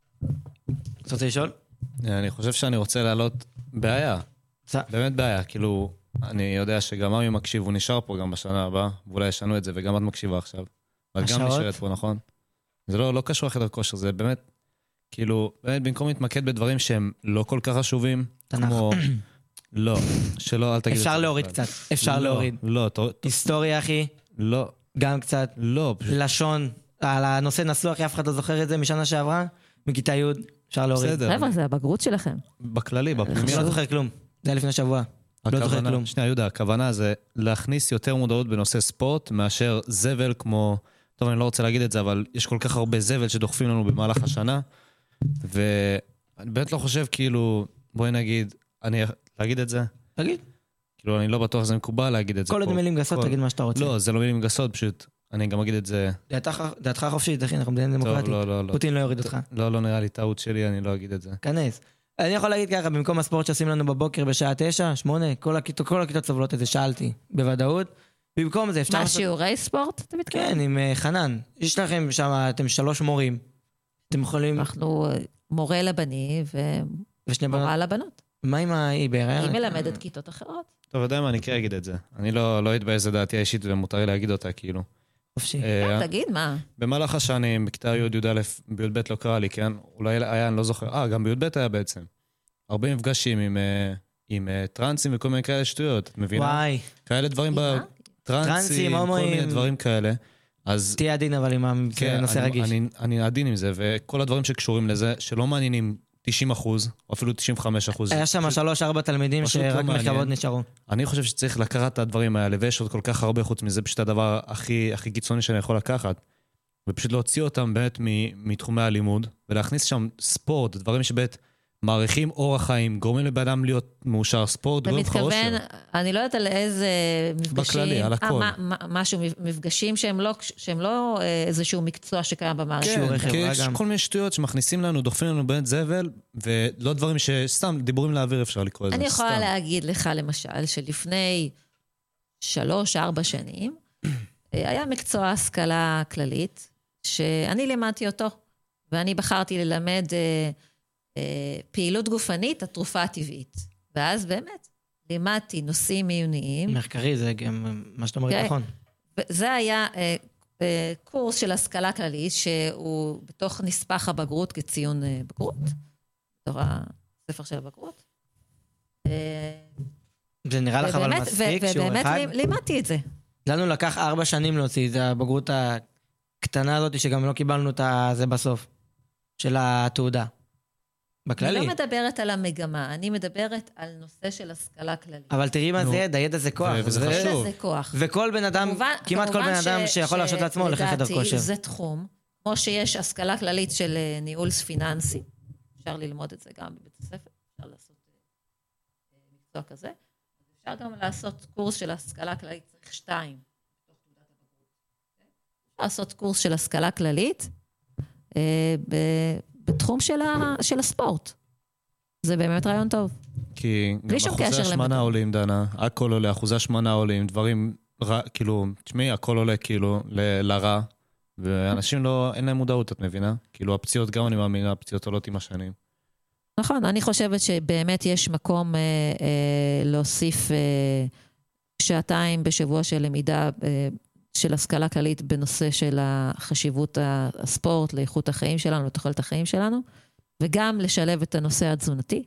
[SPEAKER 2] אתה רוצה לשאול?
[SPEAKER 3] אני חושב שאני רוצה להעלות בעיה. באמת בעיה, כאילו, אני יודע שגם אמי מקשיב, הוא נשאר פה גם בשנה הבאה, ואולי ישנו את זה, וגם את מקשיבה עכשיו. ואת גם נשארת פה, נכון? זה לא קשור לחדר כושר, זה באמת, כאילו, באמת במקום להתמקד בדברים שהם לא כל כך חשובים, כמו... לא, שלא, אל תגיד את זה.
[SPEAKER 2] אפשר להוריד קצת, אפשר להוריד.
[SPEAKER 3] לא,
[SPEAKER 2] היסטוריה, אחי.
[SPEAKER 3] לא.
[SPEAKER 2] גם קצת.
[SPEAKER 3] לא.
[SPEAKER 2] לשון, על הנושא נסו, אחי, אף אחד לא זוכר את זה משנה שעברה, מכיתה י', אפשר להוריד.
[SPEAKER 3] בסדר.
[SPEAKER 4] חבר'ה, זה הבגרות שלכם.
[SPEAKER 3] בכללי, בפנימיה.
[SPEAKER 2] לא זוכר כלום. זה היה לפני שבוע. לא זוכר כלום.
[SPEAKER 3] שנייה, יהודה, הכוונה זה להכניס יותר מודעות בנושא ספורט, מאשר זבל כמו... טוב, אני לא רוצה להגיד את זה, אבל יש כל כך הרבה זבל שדוחפים לנו במהלך השנה, ואני באמת לא חושב, כאילו, בואי נגיד, אני אגיד את זה?
[SPEAKER 2] תגיד.
[SPEAKER 3] כאילו, אני לא בטוח שזה מקובל להגיד את זה.
[SPEAKER 2] כל עוד מילים גסות, תגיד מה שאתה רוצה.
[SPEAKER 3] לא, זה לא מילים גסות, פשוט, אני גם אגיד את זה.
[SPEAKER 2] דעתך חופשית, אחי, אנחנו מדינה דמוקרטית. פוטין לא יוריד אותך.
[SPEAKER 3] לא נראה לי טעות שלי, אני לא אגיד את זה.
[SPEAKER 2] כנס. אני יכול להגיד ככה, במקום הספורט שעושים לנו בבוקר בשעה 9, 8, כל הכיתות סובלות את זה, שאלתי, בוודאות. במקום זה אפשר...
[SPEAKER 4] מה, שיעורי ספורט? אתה מתכוון?
[SPEAKER 2] כן, עם חנן. יש לכם שם, אתם 3 מורים. אתם יכולים...
[SPEAKER 4] אנחנו מורה לבני ומורה לבנות.
[SPEAKER 2] מה עם העיבר?
[SPEAKER 4] היא מלמדת כיתות אחרות.
[SPEAKER 3] טוב, יודע מה, אני כן אגיד את זה. אני לא אתבאס לדעתי האישית ומותר לי להגיד אותה, כאילו.
[SPEAKER 2] חופשי.
[SPEAKER 4] תגיד, מה?
[SPEAKER 3] במהלך השנים, בכיתה י' י' בי"ב לא קרה לי, כן? אולי היה, אני לא זוכר. גם בי"ב היה בעצם. הרבה מפגשים עם טרנסים וכל מיני כאלה שטויות, את מבינה?
[SPEAKER 2] וואי.
[SPEAKER 3] כאלה דברים טרנסים, כל מיני דברים כאלה. תהיה
[SPEAKER 2] עדין אבל עם נושא רגיש.
[SPEAKER 3] אני עדין עם זה, וכל הדברים שקשורים לזה, שלא מעניינים 90%, או אפילו 95%.
[SPEAKER 2] היה שם 3-4 תלמידים שרק מחכבות נשארו.
[SPEAKER 3] אני חושב שצריך לקחת את הדברים האלה, ויש עוד כל כך הרבה חוץ מזה, פשוט הדבר הכי קיצוני שאני יכול לקחת, ופשוט להוציא אותם באמת מתחומי הלימוד, ולהכניס שם ספורט, דברים שבאמת מעריכים אורח חיים, גורמים לבאדם להיות מאושר ספורט, גורם לך אושר.
[SPEAKER 4] אתה מתכוון, אני לא יודעת על איזה מפגשים,
[SPEAKER 3] בכללי, על הכל.
[SPEAKER 4] משהו, מפגשים שהם לא איזשהו מקצוע שקיים במערכת.
[SPEAKER 3] כן, כי יש כל מיני שטויות שמכניסים לנו, דוחפים לנו באמת זבל, ולא דברים שסתם דיבורים לאוויר אפשר לקרוא את זה.
[SPEAKER 4] אני יכולה להגיד לך למשל, שלפני 3-4 שנים, היה מקצוע השכלה כללית, שאני לימדתי אותו, ואני בחרתי ללמד פעילות גופנית, התרופה הטבעית. ואז באמת, לימדתי נושאים מיוניים.
[SPEAKER 2] מחקרי, זה גם מה שאתה אומרת נכון.
[SPEAKER 4] זה היה קורס של השכלה כללית, שהוא בתוך נספח הבגרות כציון בגרות, בתוך הספר של הבגרות.
[SPEAKER 2] זה נראה לך אבל מספיק שיעור אחד?
[SPEAKER 4] ובאמת לימדתי את זה.
[SPEAKER 2] לנו לקח 4 שנים להוציא, זה הבגרות הקטנה הזאת, שגם לא קיבלנו את זה בסוף. של התעודה. בכללי.
[SPEAKER 4] אני לא מדברת על המגמה, אני מדברת על נושא של השכלה כללית.
[SPEAKER 2] אבל תראי מה זה ידע זה כוח.
[SPEAKER 3] וזה חשוב.
[SPEAKER 4] זה כוח.
[SPEAKER 2] וכל בן אדם, כמעט כל בן אדם שיכול להרשות לעצמו הולך לחדר כושר.
[SPEAKER 4] לדעתי זה תחום, כמו שיש השכלה כללית של ניהול פיננסי, אפשר ללמוד את זה גם בבית הספר, אפשר לעשות מקצוע כזה, אפשר גם לעשות קורס של השכלה כללית, צריך 2. אפשר לעשות קורס של השכלה כללית, בתחום של הספורט. זה באמת רעיון טוב.
[SPEAKER 3] כי גם אחוזי השמנה עולים, דנה, הכל עולה, אחוזי השמנה עולים, דברים, כאילו, תשמעי, הכל עולה כאילו לרע, ואנשים לא, אין להם מודעות, את מבינה? כאילו, הפציעות גם אני מאמינה, הפציעות עולות עם השנים.
[SPEAKER 4] נכון, אני חושבת שבאמת יש מקום להוסיף 2 בשבוע של למידה של השכלה כללית בנושא של החשיבות הספורט, לאיכות החיים שלנו, לתוחלת החיים שלנו, וגם לשלב את הנושא התזונתי.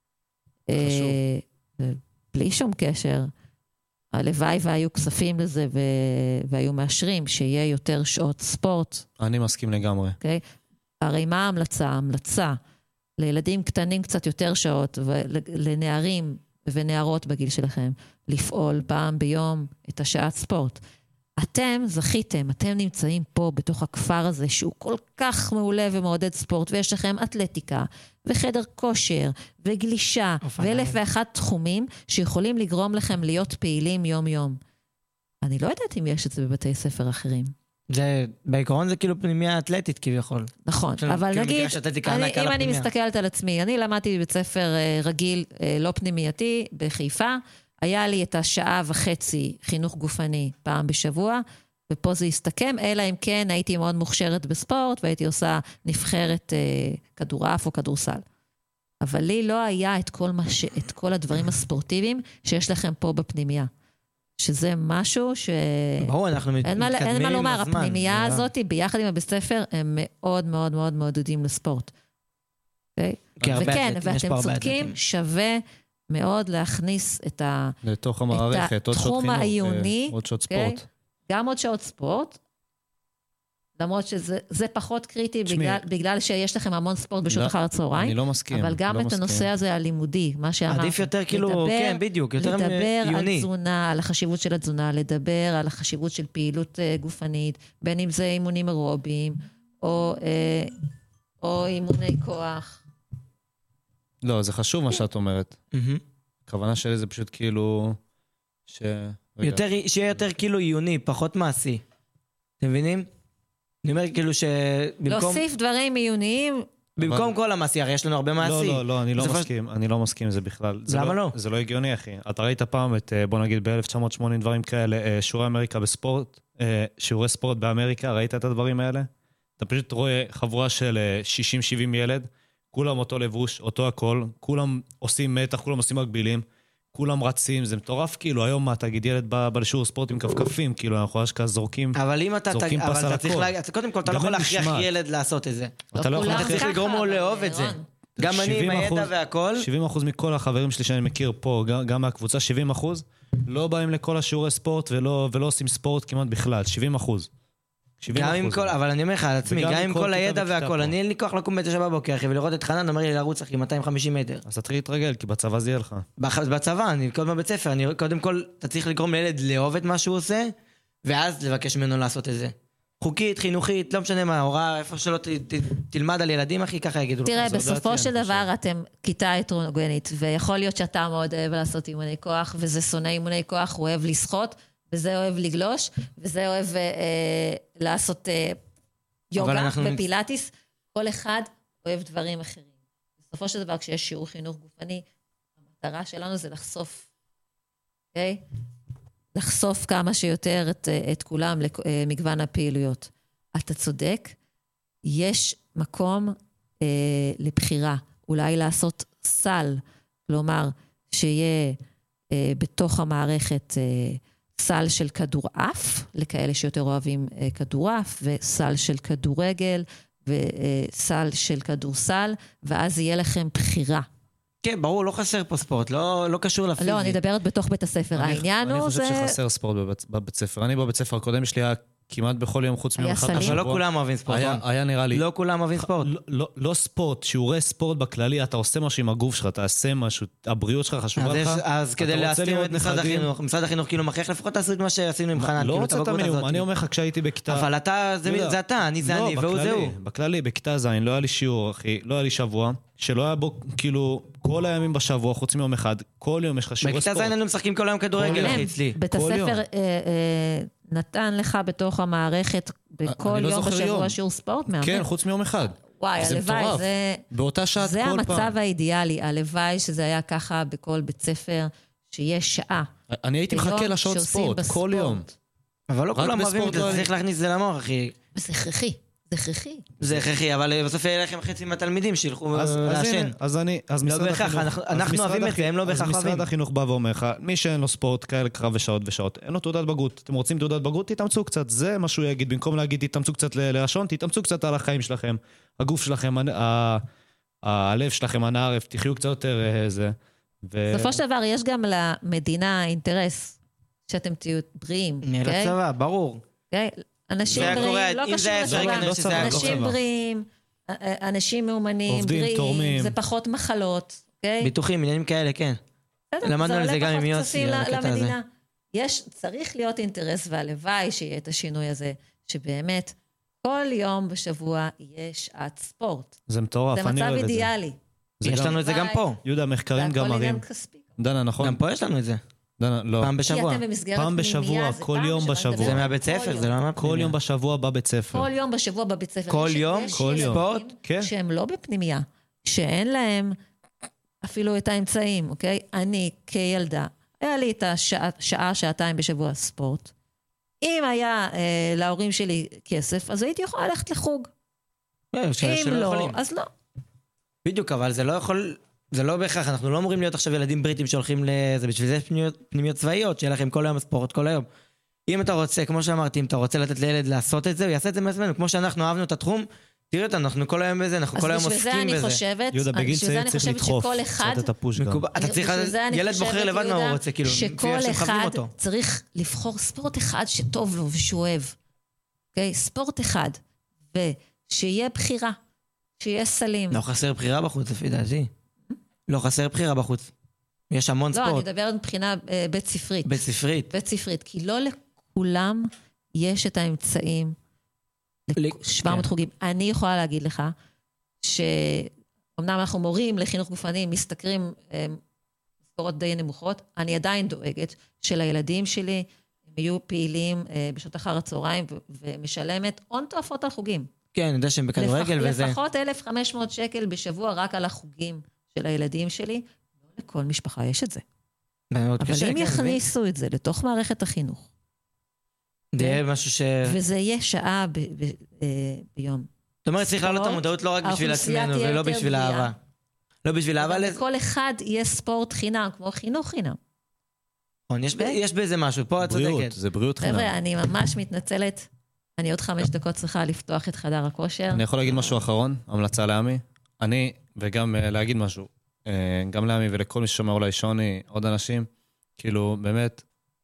[SPEAKER 4] בלי שום קשר. הלוואי והיו כספים לזה והיו מאשרים שיהיה יותר שעות ספורט.
[SPEAKER 3] אני מסכים לגמרי.
[SPEAKER 4] הרי מה ההמלצה? ההמלצה לילדים קטנים קצת יותר שעות, ולנערים ונערות בגיל שלכם, לפעול פעם ביום את השעת ספורט. אתם זכיתם, אתם נמצאים פה בתוך הכפר הזה שהוא כל כך מעולה ומעודד ספורט, ויש לכם אתלטיקה וחדר כושר וגלישה ו1,001 תחומים שיכולים לגרום לכם להיות פעילים יום יום. אני לא יודעת אם יש את זה בבתי ספר אחרים.
[SPEAKER 2] זה, בעיקרון זה כאילו פנימיה אתלטית כביכול.
[SPEAKER 4] נכון, אבל נגיד, אם אני מסתכלת על עצמי, אני למדתי בבית ספר רגיל, לא פנימייתי, בחיפה, היה לי את 1.5 שעות חינוך גופני פעם בשבוע, ופה זה הסתכם, אלא אם כן הייתי מאוד מוכשרת בספורט, והייתי עושה נבחרת כדורעף או כדורסל. אבל לי לא היה את כל הדברים הספורטיביים שיש לכם פה בפנימיה. שזה משהו ש...
[SPEAKER 2] ברור, אנחנו מתקדמים עם הזמן.
[SPEAKER 4] אין מה לומר, הפנימייה הזאת, ביחד עם הבית ספר, הם מאוד מאוד מאוד מעודדים לספורט. וכן, ואתם צודקים, שווה מאוד להכניס את
[SPEAKER 3] לתוך המערכת,
[SPEAKER 4] התחום העיוני,
[SPEAKER 3] עוד שעות ספורט.
[SPEAKER 4] גם עוד שעות ספורט, למרות שזה פחות קריטי בגלל שיש לכם המון ספורט בשעות אחר הצהריים.
[SPEAKER 3] אני לא מסכים.
[SPEAKER 4] אבל גם את הנושא הזה הלימודי, מה שאמרת.
[SPEAKER 2] עדיף יותר כאילו, כן, בדיוק, יותר עיוני.
[SPEAKER 4] לדבר על תזונה, על החשיבות של התזונה, לדבר על החשיבות של פעילות גופנית, בין אם זה אימונים אירוביים, או אימוני כוח.
[SPEAKER 3] לא, זה חשוב מה שאת אומרת. הכוונה שלי זה פשוט כאילו...
[SPEAKER 2] שיהיה יותר כאילו עיוני, פחות מעשי. אתם מבינים? אני אומר כאילו שבמקום...
[SPEAKER 4] להוסיף דברים עיוניים...
[SPEAKER 2] במקום כל המעשי, הרי יש לנו הרבה מעשי.
[SPEAKER 3] לא, אני לא מסכים. אני לא מסכים עם זה בכלל.
[SPEAKER 2] למה לא?
[SPEAKER 3] זה לא הגיוני, אחי. אתה ראית פעם את, בוא נגיד, ב-1980 דברים כאלה, שיעורי אמריקה בספורט, שיעורי ספורט באמריקה, ראית את הדברים האלה? אתה פשוט רואה חבורה של 60-70 ילד, כולם אותו לבוש, אותו הכל, כולם עושים מתח, כולם עושים מקבילים, כולם רצים, זה מטורף, כאילו, היום מה, תגיד ילד בא לשיעור ספורט עם כפכפים, כאילו, אנחנו אשכרה זורקים פס על הכל.
[SPEAKER 2] אבל אם אתה קודם כל, אתה לא יכול להכריח ילד לעשות את זה.
[SPEAKER 3] אתה לא יכול
[SPEAKER 2] צריך לגרום לו לאהוב את זה. גם אני עם הידע והכל.
[SPEAKER 3] 70% מכל החברים שלי שאני מכיר פה, גם מהקבוצה, 70%, לא באים לכל השיעורי ספורט ולא עושים ספורט כמעט בכלל, 70%.
[SPEAKER 2] גם עם כל, אבל אני אומר לך על עצמי, גם עם כל הידע והכל, אני אין לי כוח לקום ב9 בבוקר, אחי, ולראות את חנן, אומר לי לרוץ, אחי, 250 מטר.
[SPEAKER 3] אז תתחיל להתרגל, כי בצבא זה יהיה לך.
[SPEAKER 2] בצבא, אני קודם בבית ספר, קודם כל, אתה צריך לגרום לילד לאהוב את מה שהוא עושה, ואז לבקש ממנו לעשות את זה. חוקית, חינוכית, לא משנה מה, הוראה, איפה שלא תלמד על ילדים, אחי, ככה יגידו לך.
[SPEAKER 4] תראה, בסופו של דבר אתם כיתה הטרוגנית, ויכול להיות שאתה מאוד אוהב לעשות אימוני כוח, וזה שונא אימוני כוח, הוא אוהב לשחות, וזה אוהב לגלוש, וזה אוהב לעשות יוגה ופילאטיס. כל אחד אוהב דברים אחרים. בסופו של דבר, כשיש שיעור חינוך גופני, המטרה שלנו זה לחשוף, אוקיי? לחשוף כמה שיותר את כולם למגוון הפעילויות. אתה צודק, יש מקום לבחירה, אולי לעשות סל, כלומר, שיהיה בתוך המערכת סל של כדורעף, לכאלה שיותר אוהבים כדורעף, וסל של כדורגל, וסל של כדורסל, ואז יהיה לכם בחירה.
[SPEAKER 2] כן, ברור, לא חסר פה ספורט, לא קשור לפיזי.
[SPEAKER 4] לא, אני מדברת בתוך בית הספר. העניין הוא זה...
[SPEAKER 3] אני חושב שחסר ספורט בבית ספר. אני בבית ספר הקודם, יש לי היה כמעט בכל יום חוץ מיום אחד
[SPEAKER 4] סלים?
[SPEAKER 3] בשבוע.
[SPEAKER 2] אבל לא כולם אוהבים ספורט.
[SPEAKER 3] היה נראה לי...
[SPEAKER 2] לא כולם אוהבים ספורט.
[SPEAKER 3] לא ספורט, שיעורי ספורט בכללי, אתה עושה משהו עם הגוף שלך, תעשה משהו, הבריאות שלך חשובה לך.
[SPEAKER 2] אז כדי להסתיר את משרד החינוך, משרד החינוך כאילו מכריח לפחות תעשו את מה שעשינו עם חנן.
[SPEAKER 3] לא רוצה את המינימום, אני אומר לך, כשהייתי בכיתה...
[SPEAKER 2] אבל אתה, זה אתה, אני זה אני, והוא זהו.
[SPEAKER 3] בכללי, בכיתה ז', לא היה לי שיעור, אחי, לא היה לי שבוע, שלא היה בו, כאילו, כל הימים בשבוע, חוץ מיום אחד, כל יום יש לך שיעורי ספורט.
[SPEAKER 2] בכיתה ז' היינו משחקים כל היום כדורגל, אחי, אצלי.
[SPEAKER 4] בית הספר נתן לך בתוך המערכת בכל יום בשבוע שיעור ספורט?
[SPEAKER 3] כן, חוץ מיום אחד.
[SPEAKER 4] וואי, הלוואי,
[SPEAKER 3] באותה שעה
[SPEAKER 4] זה המצב האידיאלי, הלוואי שזה היה ככה בכל בית ספר, שיש שעה.
[SPEAKER 3] אני הייתי מחכה לשעות ספורט, כל יום.
[SPEAKER 2] אבל לא כולם אוהבים את זה, צריך להכניס את זה למוח, אחי.
[SPEAKER 4] זה הכרחי. זה הכרחי.
[SPEAKER 2] זה הכרחי, אבל בסוף יהיה לכם חצי מהתלמידים שילכו לעשן.
[SPEAKER 3] לא
[SPEAKER 2] בהכרח, אנחנו אוהבים את זה, הם לא בהכרח אוהבים.
[SPEAKER 3] אז משרד החינוך בא ואומר לך, מי שאין לו ספורט כאלה קרב ושעות ושעות, אין לו תעודת בגרות. אתם רוצים תעודת בגרות? תתאמצו קצת. זה מה שהוא יגיד. במקום להגיד, תתאמצו קצת לעשון, תתאמצו קצת על החיים שלכם. הגוף שלכם, הלב שלכם, הנערף, תחיו קצת יותר זה.
[SPEAKER 4] בסופו של דבר, יש גם למדינה אינטרס שאתם תהיו בריאים.
[SPEAKER 2] לצבא, ברור.
[SPEAKER 4] אנשים בריאים, לא קשור לצבא, אנשים בריאים, אנשים מאומנים, בריאים, זה פחות מחלות,
[SPEAKER 2] ביטוחים, עניינים כאלה, כן. למדנו על זה גם עם יוסי,
[SPEAKER 4] למדינה. צריך להיות אינטרס והלוואי שיהיה את השינוי הזה, שבאמת כל יום בשבוע יש שעת ספורט.
[SPEAKER 3] זה מטורף,
[SPEAKER 4] אני אוהב את זה. זה מצב אידיאלי.
[SPEAKER 2] יש לנו את זה גם פה.
[SPEAKER 3] יהודה, מחקרים גם מראים. דנה, נכון?
[SPEAKER 2] גם פה יש לנו את זה.
[SPEAKER 3] לא.
[SPEAKER 2] פעם בשבוע.
[SPEAKER 3] פעם בשבוע, כל יום בשבוע.
[SPEAKER 2] זה מהבית ספר, זה לא מהפנימיה.
[SPEAKER 3] כל יום בשבוע בבית ספר.
[SPEAKER 4] כל יום בשבוע בבית ספר.
[SPEAKER 2] כל יום?
[SPEAKER 3] כל יום.
[SPEAKER 2] ספורט?
[SPEAKER 4] שהם לא בפנימיה, שאין להם אפילו את האמצעים, אוקיי? אני כילדה, היה לי את השעה, שעתיים בשבוע ספורט. אם היה להורים שלי כסף, אז הייתי יכולה ללכת לחוג. אם לא, אז לא.
[SPEAKER 2] בדיוק, אבל זה לא יכול... זה לא בהכרח, אנחנו לא אמורים להיות עכשיו ילדים בריטים שהולכים לזה, בשביל זה פנימיות צבאיות, שיהיה לכם כל היום ספורט, כל היום. אם אתה רוצה, כמו שאמרתי, אם אתה רוצה לתת לילד לעשות את זה, הוא יעשה את זה מעצמנו, כמו שאנחנו אהבנו את התחום, תראו אותנו, אנחנו כל היום בזה, אנחנו כל היום עוסקים בזה.
[SPEAKER 4] אז בשביל זה אני חושבת,
[SPEAKER 3] יהודה, בגיל צעיר צריך לדחוף, קצת את הפוש גם.
[SPEAKER 2] אתה צריך, ילד בוחר לבד מה הוא רוצה, כאילו,
[SPEAKER 4] שכל אחד צריך לבחור ספורט אחד שטוב לו ושהוא אוהב. אוקיי? ספורט אחד, ושיהיה בחירה, שיהיה סלים.
[SPEAKER 2] לא חסר בחירה בחוץ, לפי דעתי. לא חסר בחירה בחוץ. יש המון ספורט.
[SPEAKER 4] לא, אני מדברת מבחינה בית ספרית.
[SPEAKER 2] בית ספרית.
[SPEAKER 4] בית ספרית, כי לא לכולם יש את האמצעים, 700 חוגים. אני יכולה להגיד לך, שאומנם אנחנו מורים לחינוך גופני, משתכרים משכורות די נמוכות, אני עדיין דואגת שלילדים שלי, הם יהיו פעילים בשעות אחר הצהריים, ומשלמת הון תועפות על חוגים.
[SPEAKER 2] כן, אני יודע שהם בכדורגל וזה.
[SPEAKER 4] לפחות 1,500 שקל בשבוע רק על החוגים. של הילדים שלי, לא לכל משפחה יש את זה. אבל אם יכניסו את זה לתוך מערכת החינוך,
[SPEAKER 2] זה יהיה משהו
[SPEAKER 4] וזה יהיה שעה ביום.
[SPEAKER 2] זאת אומרת, צריך לעלות את המודעות לא רק בשביל עצמנו, ולא בשביל האהבה. לא בשביל אהבה.
[SPEAKER 4] לכל אחד יהיה ספורט חינם, כמו חינוך חינם.
[SPEAKER 2] יש בזה משהו, פה את צודקת.
[SPEAKER 3] זה בריאות חינם.
[SPEAKER 4] חבר'ה, אני ממש מתנצלת. אני עוד 5 דקות צריכה לפתוח את חדר הכושר.
[SPEAKER 3] אני יכול להגיד משהו אחרון, המלצה לעמי. אני, וגם להגיד משהו, גם לעמי ולכל מי ששומע אולי שוני, עוד אנשים, כאילו באמת,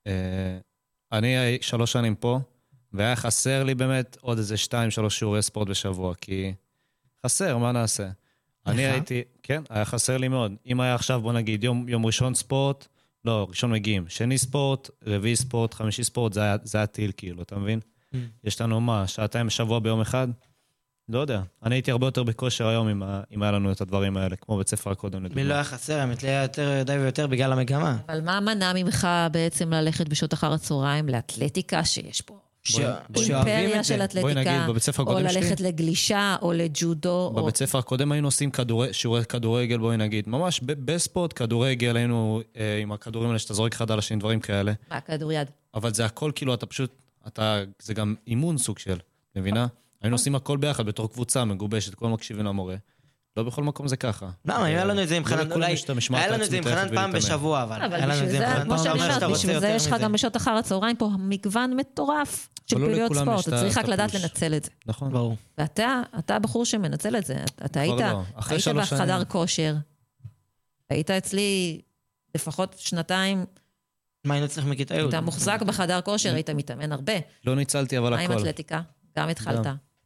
[SPEAKER 3] אני 3 שנים פה, והיה חסר לי באמת עוד איזה 2-3 שיעורי ספורט בשבוע, כי חסר, מה נעשה? אני הייתי, כן, היה חסר לי מאוד. אם היה עכשיו, בוא נגיד, יום ראשון ספורט, לא, ראשון מגיעים, שני ספורט, רביעי ספורט, חמישי ספורט, זה היה טיל כאילו, אתה מבין? יש לנו מה, 2 בשבוע ביום אחד? לא יודע. אני הייתי הרבה יותר בכושר היום אם היה לנו את הדברים האלה, כמו בית ספר הקודם.
[SPEAKER 2] מי לא היה חסר, האמת היה יותר די ויותר בגלל המגמה.
[SPEAKER 4] אבל מה מנע ממך בעצם ללכת בשעות אחר הצהריים לאתלטיקה שיש פה? אימפריה של אתלטיקה, או ללכת לגלישה, או לג'ודו.
[SPEAKER 3] בבית ספר הקודם היינו עושים שיעורי כדורגל, בואי נגיד. ממש בספורט כדורגל היינו עם הכדורים האלה שאתה זורק אחד על השני, דברים כאלה.
[SPEAKER 4] מה, כדוריד?
[SPEAKER 3] אבל זה הכל כאילו, אתה פשוט, זה גם אימון סוג של, מבינה? היינו עושים הכל ביחד, בתור קבוצה מגובשת, כל מקשיבים למורה. לא בכל מקום זה ככה.
[SPEAKER 2] למה, היה לנו את זה עם חנן, אולי, היה לנו את זה עם חנן פעם בשבוע, אבל בשביל זה, כמו שאני אומרת,
[SPEAKER 4] בשביל זה יש לך גם בשעות אחר הצהריים פה מגוון מטורף של פעילויות ספורט, אתה צריך רק לדעת לנצל את זה.
[SPEAKER 3] נכון.
[SPEAKER 2] ברור.
[SPEAKER 4] ואתה בחור שמנצל את זה, אתה היית בחדר כושר, היית אצלי לפחות 2
[SPEAKER 2] מה היינו צריכים מכיתה י'?
[SPEAKER 4] אתה מוחזק בחדר כושר, היית מתאמן הרבה.
[SPEAKER 3] לא ניצלתי, אבל
[SPEAKER 4] מה עם
[SPEAKER 3] הכל.
[SPEAKER 4] אתלטיקה? גם התחלת.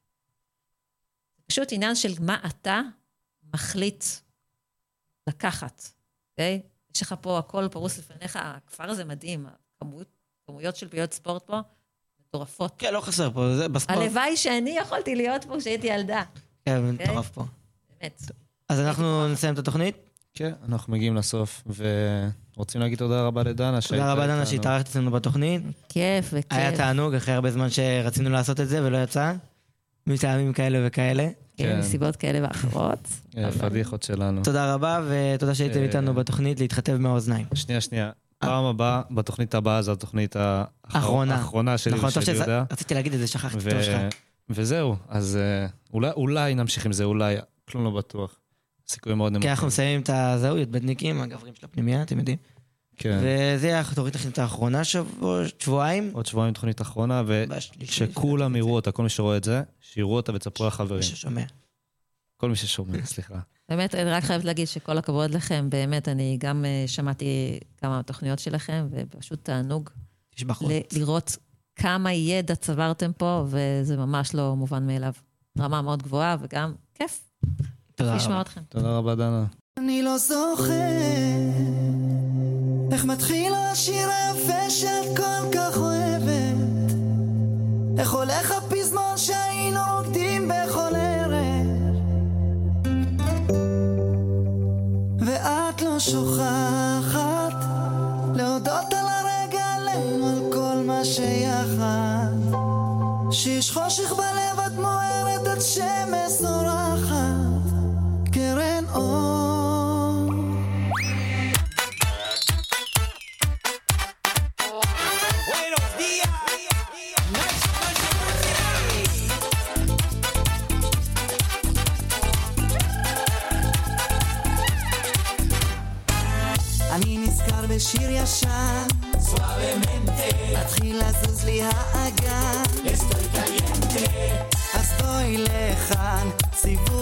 [SPEAKER 4] פשוט עניין של מה אתה מחליט לקחת, אוקיי? יש לך פה הכל פרוס לפניך, הכפר הזה מדהים, כמויות של פעילויות ספורט פה, מטורפות.
[SPEAKER 2] כן, לא חסר פה, זה בספורט.
[SPEAKER 4] הלוואי שאני יכולתי להיות פה כשהייתי ילדה.
[SPEAKER 2] כן, מטורף פה.
[SPEAKER 4] באמת.
[SPEAKER 2] אז אנחנו נסיים את התוכנית.
[SPEAKER 3] כן, אנחנו מגיעים לסוף, ורוצים להגיד תודה רבה לדנה.
[SPEAKER 2] תודה רבה דנה שהתארחת אצלנו בתוכנית.
[SPEAKER 4] כיף וכיף.
[SPEAKER 2] היה תענוג אחרי הרבה זמן שרצינו לעשות את זה ולא יצא. מטעמים כאלה וכאלה.
[SPEAKER 4] כן, מסיבות כאלה ואחרות.
[SPEAKER 3] פדיחות שלנו.
[SPEAKER 2] תודה רבה, ותודה שהייתם איתנו בתוכנית להתחתב מהאוזניים.
[SPEAKER 3] שנייה. פעם הבאה, בתוכנית הבאה, זו התוכנית האחרונה שלי
[SPEAKER 2] נכון,
[SPEAKER 3] ושל יהודה.
[SPEAKER 2] רציתי להגיד את זה, שכחתי, טוב שלך.
[SPEAKER 3] וזהו, אז אולי נמשיך עם זה, אולי, כלום לא בטוח. סיכוי מאוד נמוך.
[SPEAKER 2] כי אנחנו מסיימים את הזהות, בדניקים, הגברים של הפנימיה, אתם יודעים.
[SPEAKER 3] כן.
[SPEAKER 2] וזה היה תוכנית האחרונה, שבועיים.
[SPEAKER 3] עוד שבועיים תוכנית האחרונה, ושכולם יראו אותה, כל מי שרואה את זה, שיראו אותה וצפרו לחברים.
[SPEAKER 2] מי ששומע.
[SPEAKER 3] כל מי ששומע, סליחה.
[SPEAKER 4] באמת, אני רק חייבת להגיד שכל הכבוד לכם, באמת, אני גם שמעתי כמה תוכניות שלכם, ופשוט תענוג לראות כמה ידע צברתם פה, וזה ממש לא מובן מאליו. רמה מאוד גבוהה, וגם כיף.
[SPEAKER 2] תודה
[SPEAKER 4] לשמוע
[SPEAKER 2] רבה.
[SPEAKER 4] אתכם.
[SPEAKER 3] תודה רבה, דנה.
[SPEAKER 5] אני לא זוכר איך מתחיל השיר היפה שאת כל כך אוהבת, איך הולך הפזמון שהיינו רוקדים בכל ערב, ואת לא שוכחת להודות על הרגע עלינו, על כל מה שיחד, שיש חושך בלב את מוארת, את שמש זורחת, קרן אור. אני נזכר בשיר ישן, מתחיל לזוז לי האגן, אז בואי לכאן, סיבוב